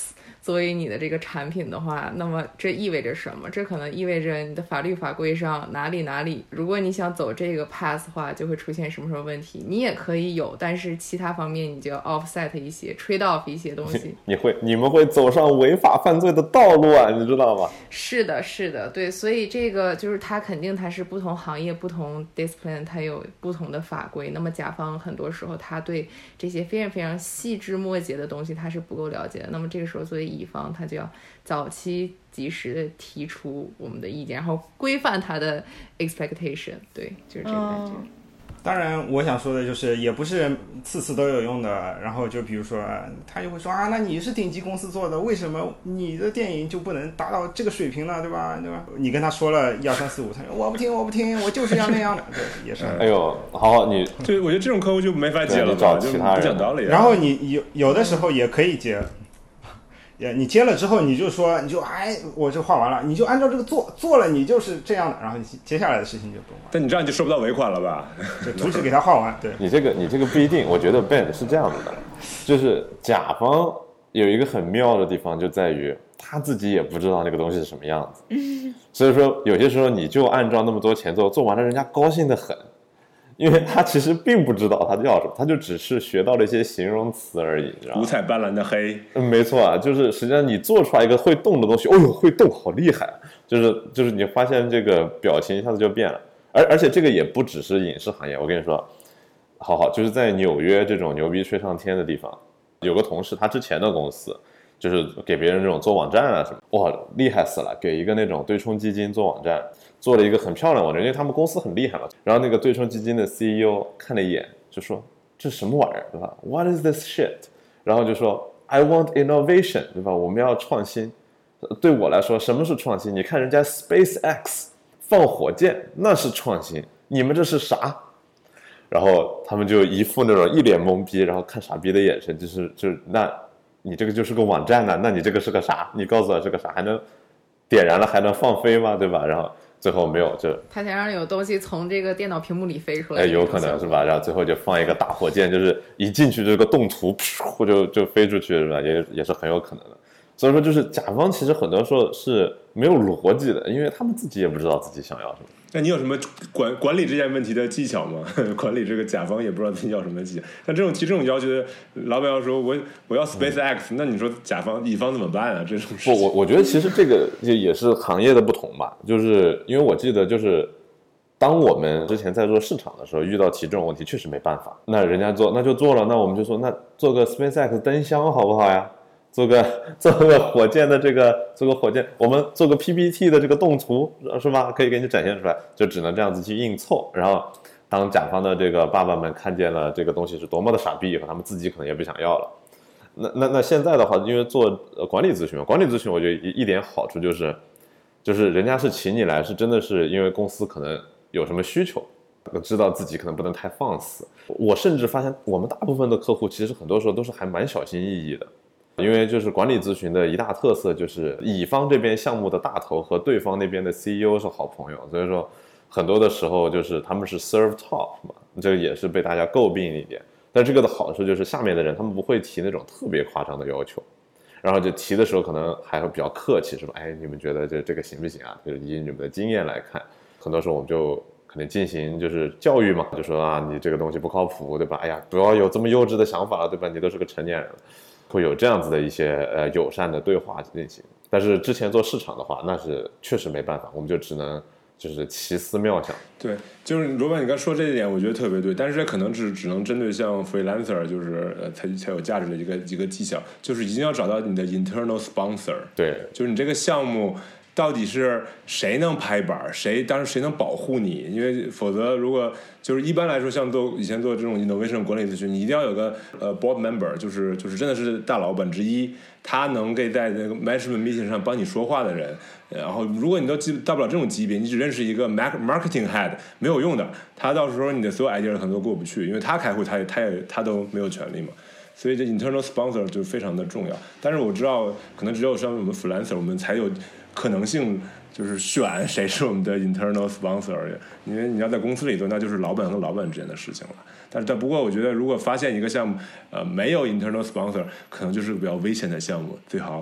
作为你的这个产品的话，那么这意味着什么？这可能意味着你的法律法规上哪里，如果你想走这个 path 的话，就会出现什么问题。你也可以有，但是其他方面你就要 offset 一些 trade off 一些东西。 你们会走上违法犯罪的道路啊，你知道吗？ 是的，对，所以这个就是它肯定它是不同行业不同 discipline 它有不同的法规，那么甲方很多时候他对这些非常非常细枝末节的东西他是不够了解的，那么这个时候作为乙方他就要早期及时的提出我们的意见，然后规范他的 expectation。 对，就是这个感觉。 当然我想说的就是也不是次次都有用的，然后就比如说他就会说那你是顶级公司做的，为什么你的电影就不能达到这个水平呢？对吧？你跟他说了1、2、3、4、5，他说我不听，我就是要那样的。对，也是。 哎呦，好，你对，我觉得这种客户就没法接了， 找其他人， 不讲道理。 然后你有的时候也可以接。你接了之后你就我这画完了，你就按照这个做了，你就是这样的，然后你接下来的事情就不用管。 但你这样就收不到尾款了吧？ 就图纸给他画完。对， 你这个不一定。我觉得 Ben 是这样子的，就是甲方有一个很妙的地方，就在于他自己也不知道那个东西是什么样子，所以说有些时候你就按照那么多前奏做完了，人家高兴得很。因为他其实并不知道他要什么，他就只是学到了一些形容词而已，你知道吗？ 五彩斑斓的黑， 没错啊，就是实际上你做出来一个会动的东西，哦呦，会动，好厉害啊！就是你发现这个表情一下子就变了，而且这个也不只是影视行业，我跟你说，好，就是在纽约这种牛逼吹上天的地方，有个同事，他之前的公司就是给别人这种做网站啊什么，哇，厉害死了，给一个那种对冲基金做网站。做了一个很漂亮的网站，因为他们公司很厉害嘛。然后那个对冲基金的 CEO 看了一眼，就说：“这是什么玩意儿，对吧 ？What is this shit？” 然后就说 ：“I want innovation， 对吧？我们要创新。对我来说，什么是创新？你看人家 SpaceX 放火箭，那是创新。你们这是啥？”然后他们就一副那种一脸懵逼，然后看傻逼的眼神，就是那你这个就是个网站啊，那你这个是个啥？你告诉我是个啥？还能点燃了还能放飞吗？对吧？然后。最后没有，就他想让有东西从这个电脑屏幕里飞出来， 有可能是吧？然后最后就放一个大火箭，就是一进去这个动图就飞出去，是吧？也是很有可能的。所以说，就是甲方其实很多时候是没有逻辑的，因为他们自己也不知道自己想要什么。 那你有什么管理这件问题的技巧吗？管理这个甲方也不知道自己要什么技巧。像提这种要求的，老板要说我要 SpaceX，那你说乙方怎么办啊？这种事情我觉得其实这个也是行业的不同吧，就是因为我记得就是当我们之前在做市场的时候，遇到提这种问题，确实没办法。那人家做那就做了，那我们就说那做个 SpaceX 灯箱好不好呀？做个火箭的做个火箭，我们做个 PPT 的这个动图是吧？可以给你展现出来，就只能这样子去硬凑。然后当甲方的这个爸爸们看见了这个东西是多么的傻逼以后，他们自己可能也不想要了。那现在的话，因为做管理咨询嘛，管理咨询我觉得一点好处就是人家是请你来，是真的是因为公司可能有什么需求，知道自己可能不能太放肆。我甚至发现我们大部分的客户其实很多时候都是还蛮小心翼翼的。因为就是管理咨询的一大特色就是乙方这边项目的大头和对方那边的 CEO 是好朋友，所以说很多的时候就是他们是 serve top 嘛，这个也是被大家诟病一点。但这个的好处就是下面的人他们不会提那种特别夸张的要求，然后就提的时候可能还会比较客气，是吧？哎，你们觉得这个行不行啊？就是以你们的经验来看，很多时候我们就可能进行就是教育嘛，就说啊你这个东西不靠谱，对吧？哎呀，不要有这么幼稚的想法了，对吧？你都是个成年人了。会有这样子的一些友善的对话进行，但是之前做市场的话，那是确实没办法，我们就只能就是奇思妙想。 对，就是罗曼你刚说这一点，我觉得特别对，但是这可能只能针对像 freelancer， 就是才有价值的一个技巧，就是一定要找到你的 internal sponsor。 对， 就是你这个项目到底是谁能拍板，当时谁能保护你？因为否则，如果就是一般来说，像以前做这种 innovation 管理咨询，你一定要有个board member， 就是真的是大老板之一，他能给在那个 management meeting 上帮你说话的人。然后，如果你都到不了这种级别，你只认识一个 marketing head， 没有用的。他到时候你的所有 idea 可能都过不去，因为他开会他都没有权利嘛。所以这 internal sponsor 就非常的重要。但是我知道，可能只有像我们 freelancer， 我们才有可能性就是选谁是我们的 internal sponsor， 因为你要在公司里头，那就是老板和老板之间的事情了。但不过我觉得，如果发现一个项目没有 internal sponsor， 可能就是比较危险的项目，最好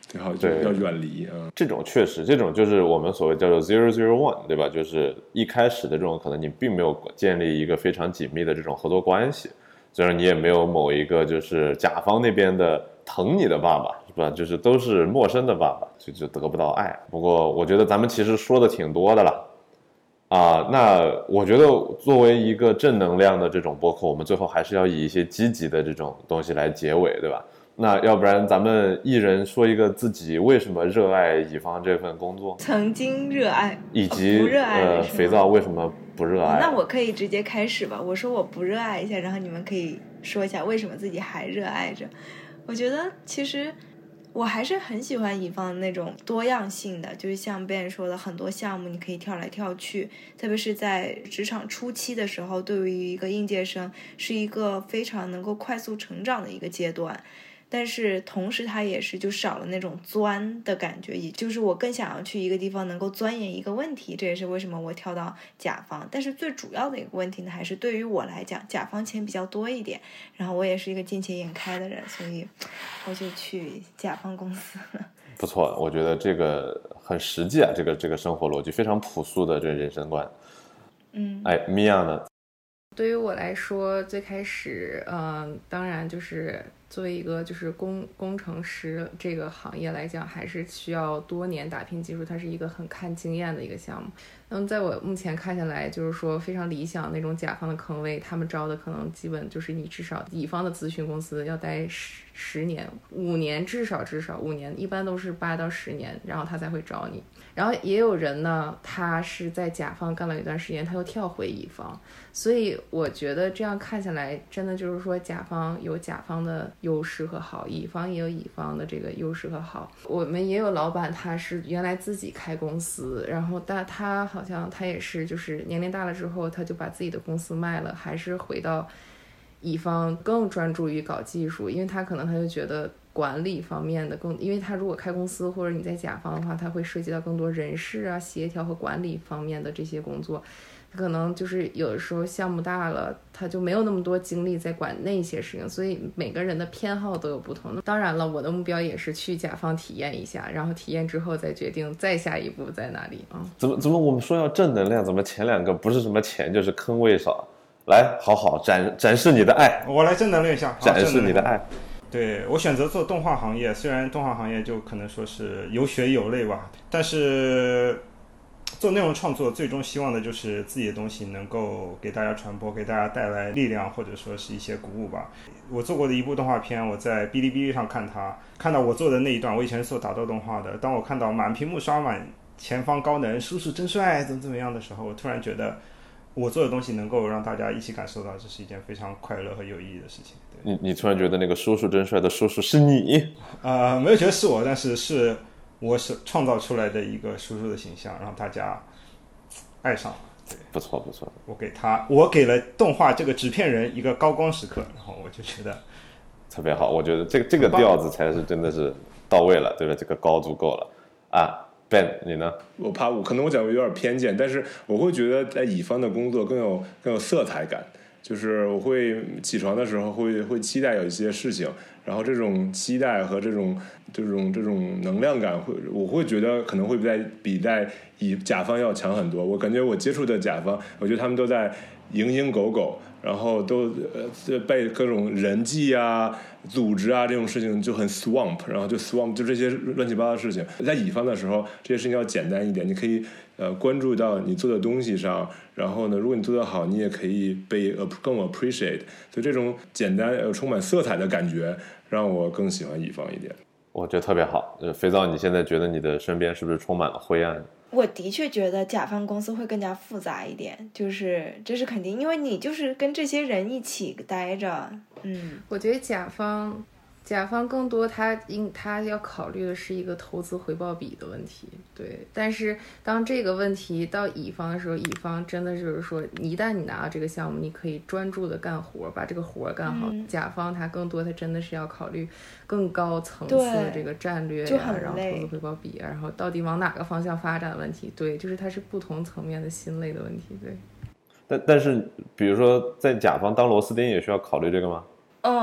最好就要远离啊。 这种确实，这种就是我们所谓叫做 001，对吧？就是一开始的这种可能你并没有建立一个非常紧密的这种合作关系，虽然你也没有某一个就是甲方那边的疼你的爸爸，是吧？就是都是陌生的爸爸，就得不到爱。不过我觉得咱们其实说的挺多的了。那我觉得作为一个正能量的这种播客，我们最后还是要以一些积极的这种东西来结尾，对吧？那要不然咱们一人说一个自己为什么热爱乙方这份工作， 曾经热爱， 以及、 不热爱肥皂为什么不热爱？ 那我可以直接开始吧。我说我不热爱一下，然后你们可以说一下为什么自己还热爱着。我觉得其实我还是很喜欢乙方的那种多样性的，就是像 Ben 说的，很多项目你可以跳来跳去，特别是在职场初期的时候，对于一个应届生是一个非常能够快速成长的一个阶段。但是同时它也是就少了那种钻的感觉，也就是我更想要去一个地方能够钻研一个问题，这也是为什么我跳到甲方。但是最主要的一个问题呢，还是对于我来讲，甲方钱比较多一点，然后我也是一个见钱眼开的人，所以我就去甲方公司了。 不错，我觉得这个很实际啊，这个生活逻辑非常朴素的这人生观。米娅呢？ 对于我来说，最开始，当然就是作为一个就是工程师这个行业来讲，还是需要多年打拼技术，它是一个很看经验的一个项目。那么在我目前看下来，就是说非常理想那种甲方的坑位，他们招的可能基本就是你至少乙方的咨询公司要待10年、5年，至少5年，一般都是8到10年，然后他才会找你。然后也有人呢，他是在甲方干了一段时间，他又跳回乙方，所以我觉得这样看下来，真的就是说甲方有甲方的优势和好，乙方也有乙方的这个优势和好。我们也有老板，他是原来自己开公司，然后但他好像他也是就是年龄大了之后，他就把自己的公司卖了，还是回到乙方更专注于搞技术，因为他可能他就觉得管理方面的因为他如果开公司或者你在甲方的话，他会涉及到更多人事啊、协调和管理方面的这些工作，可能就是有的时候项目大了，他就没有那么多精力在管那些事情，所以每个人的偏好都有不同的。当然了，我的目标也是去甲方体验一下，然后体验之后再决定再下一步在哪里啊。 怎么我们说要正能量，怎么前2个不是什么钱就是坑位少？来，好展示你的爱， 我来正能量一下， 展示你的爱。 对，我选择做动画行业，虽然动画行业就可能说是有血有泪吧，但是做内容创作最终希望的就是自己的东西能够给大家传播，给大家带来力量，或者说是一些鼓舞吧。我做过的一部动画片，我在哔哩哔哩上看到我做的那一段，我以前是做打斗动画的，当我看到满屏幕刷满前方高能叔叔真帅怎么样的时候，我突然觉得我做的东西能够让大家一起感受到，这是一件非常快乐和有意义的事情。 你突然觉得那个叔叔真帅的叔叔是你？ 没有觉得是我，但是我是创造出来的一个叔叔的形象，让大家爱上了。对， 不错。 我给了动画这个纸片人一个高光时刻，然后我就觉得特别好。我觉得这个调子才是真的是到位了，对吧？这个高足够了啊。Ben， 你呢？ 我怕可能我讲有点偏见，但是我会觉得在乙方的工作更有色彩感。就是我会起床的时候会期待有一些事情，然后这种期待和这种能量感我会觉得可能会比在甲方要强很多。我感觉我接触的甲方，我觉得他们都在蝇狗苟，然后都被各种人际啊、组织啊这种事情就很 swamp， 然后就这些乱七八糟的事情。在乙方的时候，这些事情要简单一点，你可以关注到你做的东西上，然后呢，如果你做得好，你也可以被更 appreciate。所以这种简单充满色彩的感觉，让我更喜欢乙方一点。 我觉得特别好。肥皂，你现在觉得你的身边是不是充满了灰暗？ 我的确觉得甲方公司会更加复杂一点，就是这是肯定，因为你就是跟这些人一起待着。 我觉得甲方更多他要考虑的是一个投资回报比的问题，对。但是当这个问题到乙方的时候，乙方真的就是说，一旦你拿到这个项目，你可以专注的干活，把这个活干好。甲方他更多他真的是要考虑更高层次的这个战略呀，然后投资回报比啊，然后到底往哪个方向发展的问题，对，就是它是不同层面的心类的问题，对。 但是比如说在甲方当螺丝钉也需要考虑这个吗？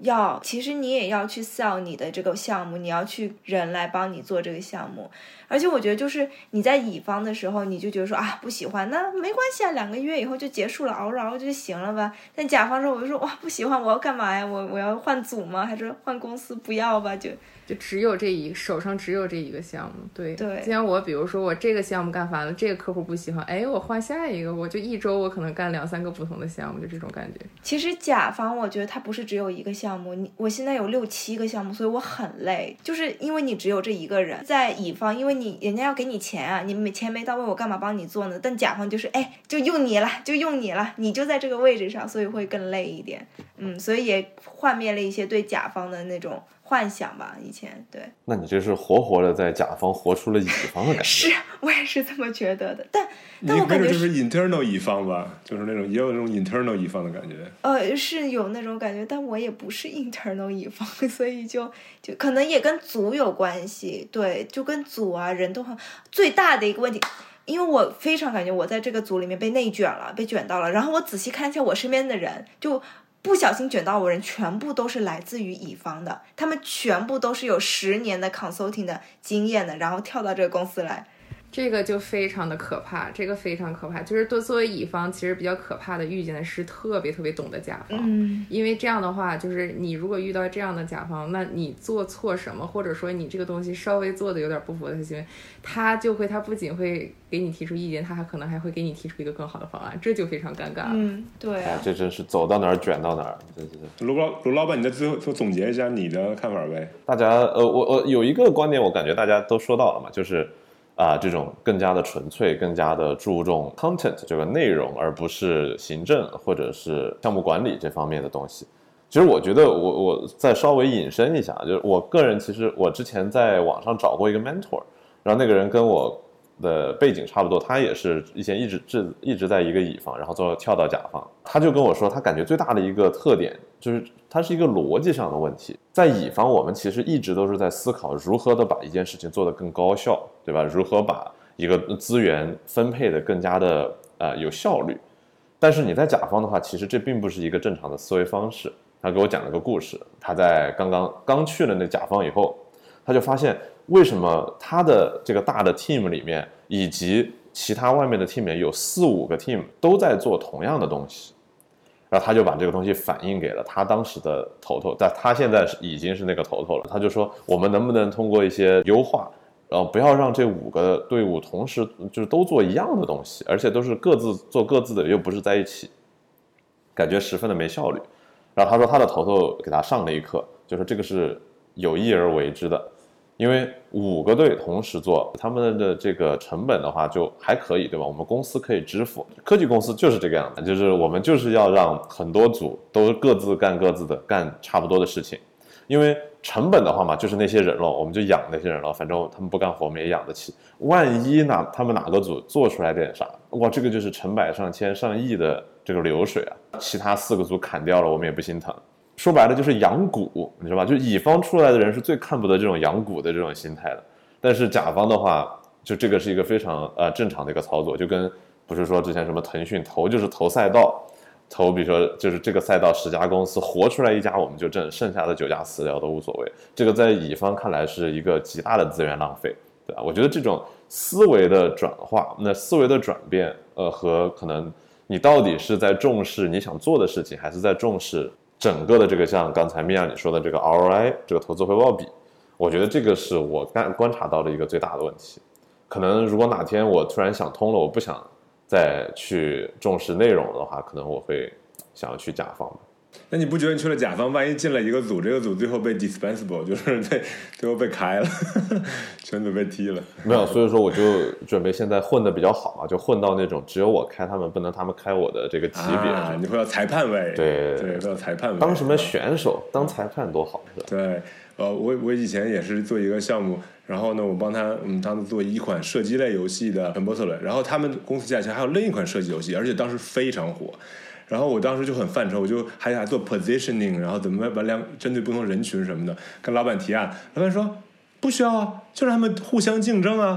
其实你也要去 sell 你的这个项目，你要去人来帮你做这个项目。而且我觉得就是你在乙方的时候，你就觉得说不喜欢，那没关系啊，2个月以后就结束了，熬着熬着就行了吧。但甲方说，我就说不喜欢，我要干嘛呀？我要换组吗？还是换公司？不要吧，就只有手上只有这一个项目。对， 就像我比如说我这个项目干烦了，这个客户不喜欢，我换下一个，我就一周我可能干2-3个不同的项目，就这种感觉。 其实甲方我觉得他不是只有一个项目，我现在有6-7个项目，所以我很累，就是因为你只有这一个人。在乙方，因为人家要给你钱啊，你钱没到位，我干嘛帮你做呢？但甲方就是就用你了，你就在这个位置上，所以会更累一点。所以也幻灭了一些对甲方的那种幻想吧，以前。对， 那你这是活活的在甲方活出了乙方的感觉。 是，我也是这么觉得的。但我感觉就是 internal 乙方吧，就是那种也有那种 internal 乙方的感觉。 是有那种感觉，但我也不是 internal 乙方，所以就可能也跟组有关系。对，就跟组啊人都很最大的一个问题。因为我非常感觉我在这个组里面被内卷了，被卷到了。然后我仔细看一下我身边的人，就不小心卷到我人全部都是来自于乙方的，他们全部都是有10年的 consulting 的经验的，然后跳到这个公司来。 这个就非常的可怕，这个非常可怕。就是作为乙方，其实比较可怕的遇见的是特别特别懂的甲方。因为这样的话，就是你如果遇到这样的甲方，那你做错什么，或者说你这个东西稍微做的有点不符合他的行为，他不仅会给你提出意见，他可能还会给你提出一个更好的方案，这就非常尴尬了。 对啊， 这真是走到哪儿卷到哪儿。 卢老板，你在最后总结一下你的看法呗？ 大家我有一个观点，我感觉大家都说到了嘛，就是这种更加的纯粹，更加的注重 content 这个内容，而不是行政或者是项目管理这方面的东西。其实我觉得我再稍微引申一下，就是我个人其实我之前在网上找过一个 mentor， 然后那个人跟我的背景差不多，他也是以前一直在一个乙方，然后最后跳到甲方。他就跟我说，他感觉最大的一个特点就是它是一个逻辑上的问题。在乙方，我们其实一直都是在思考如何的把一件事情做得更高效，对吧？如何把一个资源分配的更加的有效率。但是你在甲方的话，其实这并不是一个正常的思维方式。他给我讲了个故事，他在刚去了那甲方以后，他就发现为什么他的这个大的 team 里面，以及其他外面的 team 里面有4-5个 team 都在做同样的东西，然后他就把这个东西反映给了他当时的头头，但他现在已经是那个头头了。他就说，我们能不能通过一些优化，不要让这5个队伍同时就是都做一样的东西，而且都是各自做各自的，又不是在一起，感觉十分的没效率。然后他说他的头头给他上了一课，就是这个是有意而为之的，因为5个队同时做，他们的这个成本的话就还可以，对吧？我们公司可以支付。科技公司就是这个样子，就是我们就是要让很多组都各自干各自的，干差不多的事情。因为成本的话嘛，就是那些人了，我们就养那些人了，反正他们不干活我们也养得起。万一他们哪个组做出来点啥，哇，这个就是成百上千上亿的这个流水啊！其他4个组砍掉了，我们也不心疼。说白了就是养股，你知道吧？就乙方出来的人是最看不得这种养股的这种心态的，但是甲方的话，就这个是一个非常正常的一个操作，就跟不是说之前什么腾讯投就是投赛道，投比如说就是这个赛道10家公司活出来1家我们就挣，剩下的9家死掉都无所谓。这个在乙方看来是一个极大的资源浪费，对吧？我觉得这种思维的转化，那思维的转变，和可能你到底是在重视你想做的事情，还是在重视整个的这个像刚才米娅你说的这个 ROI 这个投资回报比，我觉得这个是我观察到的一个最大的问题。可能如果哪天我突然想通了，我不想再去重视内容的话，可能我会想要去甲方吧。 那你不觉得你去了甲方，万一进了一个组，这个组最后被 dispensable， 就是最后被开了，全组被踢了？ 没有，所以说我就准备现在混得比较好嘛，就混到那种只有我开他们，不能他们开我的这个级别。 你会要裁判位？ 对， 会要裁判位。 当什么选手，当裁判多好，是吧？ 对，我以前也是做一个项目，然后呢，我们当时做一款射击类游戏的 ambassador， 然后他们公司架下还有另一款射击游戏，而且当时非常火。然后我当时就很犯愁，我就还做 positioning， 然后怎么把针对不同人群什么的，跟老板提案。老板说不需要啊，就让他们互相竞争啊。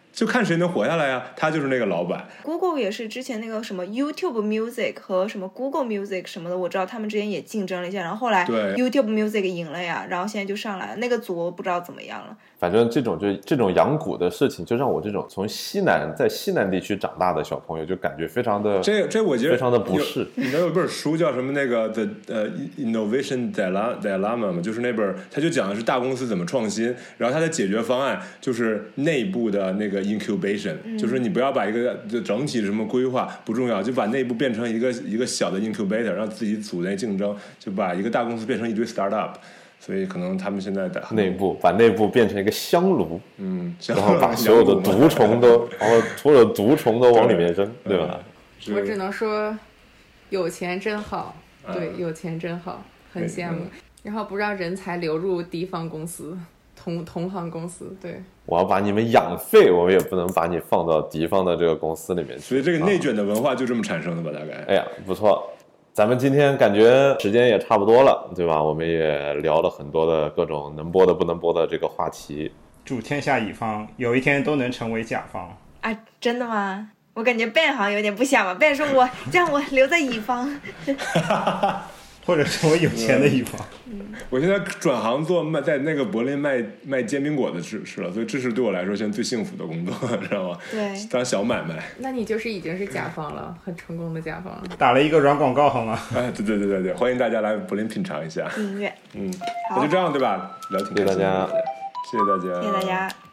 就看谁能活下来呀，他就是那个老板。 Google 也是之前那个什么 YouTube Music 和什么 Google Music 什么的，我知道他们之间也竞争了一下，然后后来 YouTube Music 赢了呀，然后现在就上来了，那个组我不知道怎么样了。 反正这种养蛊的事情，就让我这种从在西南地区长大的小朋友就感觉非常的这我觉得非常的不适。 你知道有本书叫什么那个 The Innovation Dilemma 吗？就是那本他就讲的是大公司怎么创新，然后他的解决方案就是内部的那个 incubation，就是你不要把一个整体什么规划不重要，就把内部变成一个小的 incubator， 让自己组内竞争，就把一个大公司变成一堆 startup。所以可能他们现在的把内部变成一个香炉， 然后把所有的毒虫都，然后所有的毒虫都往里面扔，对吧？ 我只能说，有钱真好，对，有钱真好，很羡慕。然后不让人才流入敌方公司。同行公司，对， 我要把你们养废，我也不能把你放到敌方的这个公司里面去。 所以这个内卷的文化就这么产生的吧，大概。 哎呀，不错，咱们今天感觉时间也差不多了，对吧？我们也聊了很多的各种能播的不能播的这个话题。 祝天下乙方有一天都能成为甲方啊！真的吗？我感觉 Ben 好像有点不想吧。Ben 说我让我留在乙方。 或者成为有钱的乙方。 我现在转行在那个柏林卖煎饼果子吃了，所以这是对我来说现在最幸福的工作，知道吗？ 对， 当小买卖。 那你就是已经是甲方了，很成功的甲方。 打了一个软广告好吗？ 哎，对，欢迎大家来柏林品尝一下音乐。 那就这样对吧？聊挺开心的， 谢谢大家， 谢谢大家， 谢谢大家。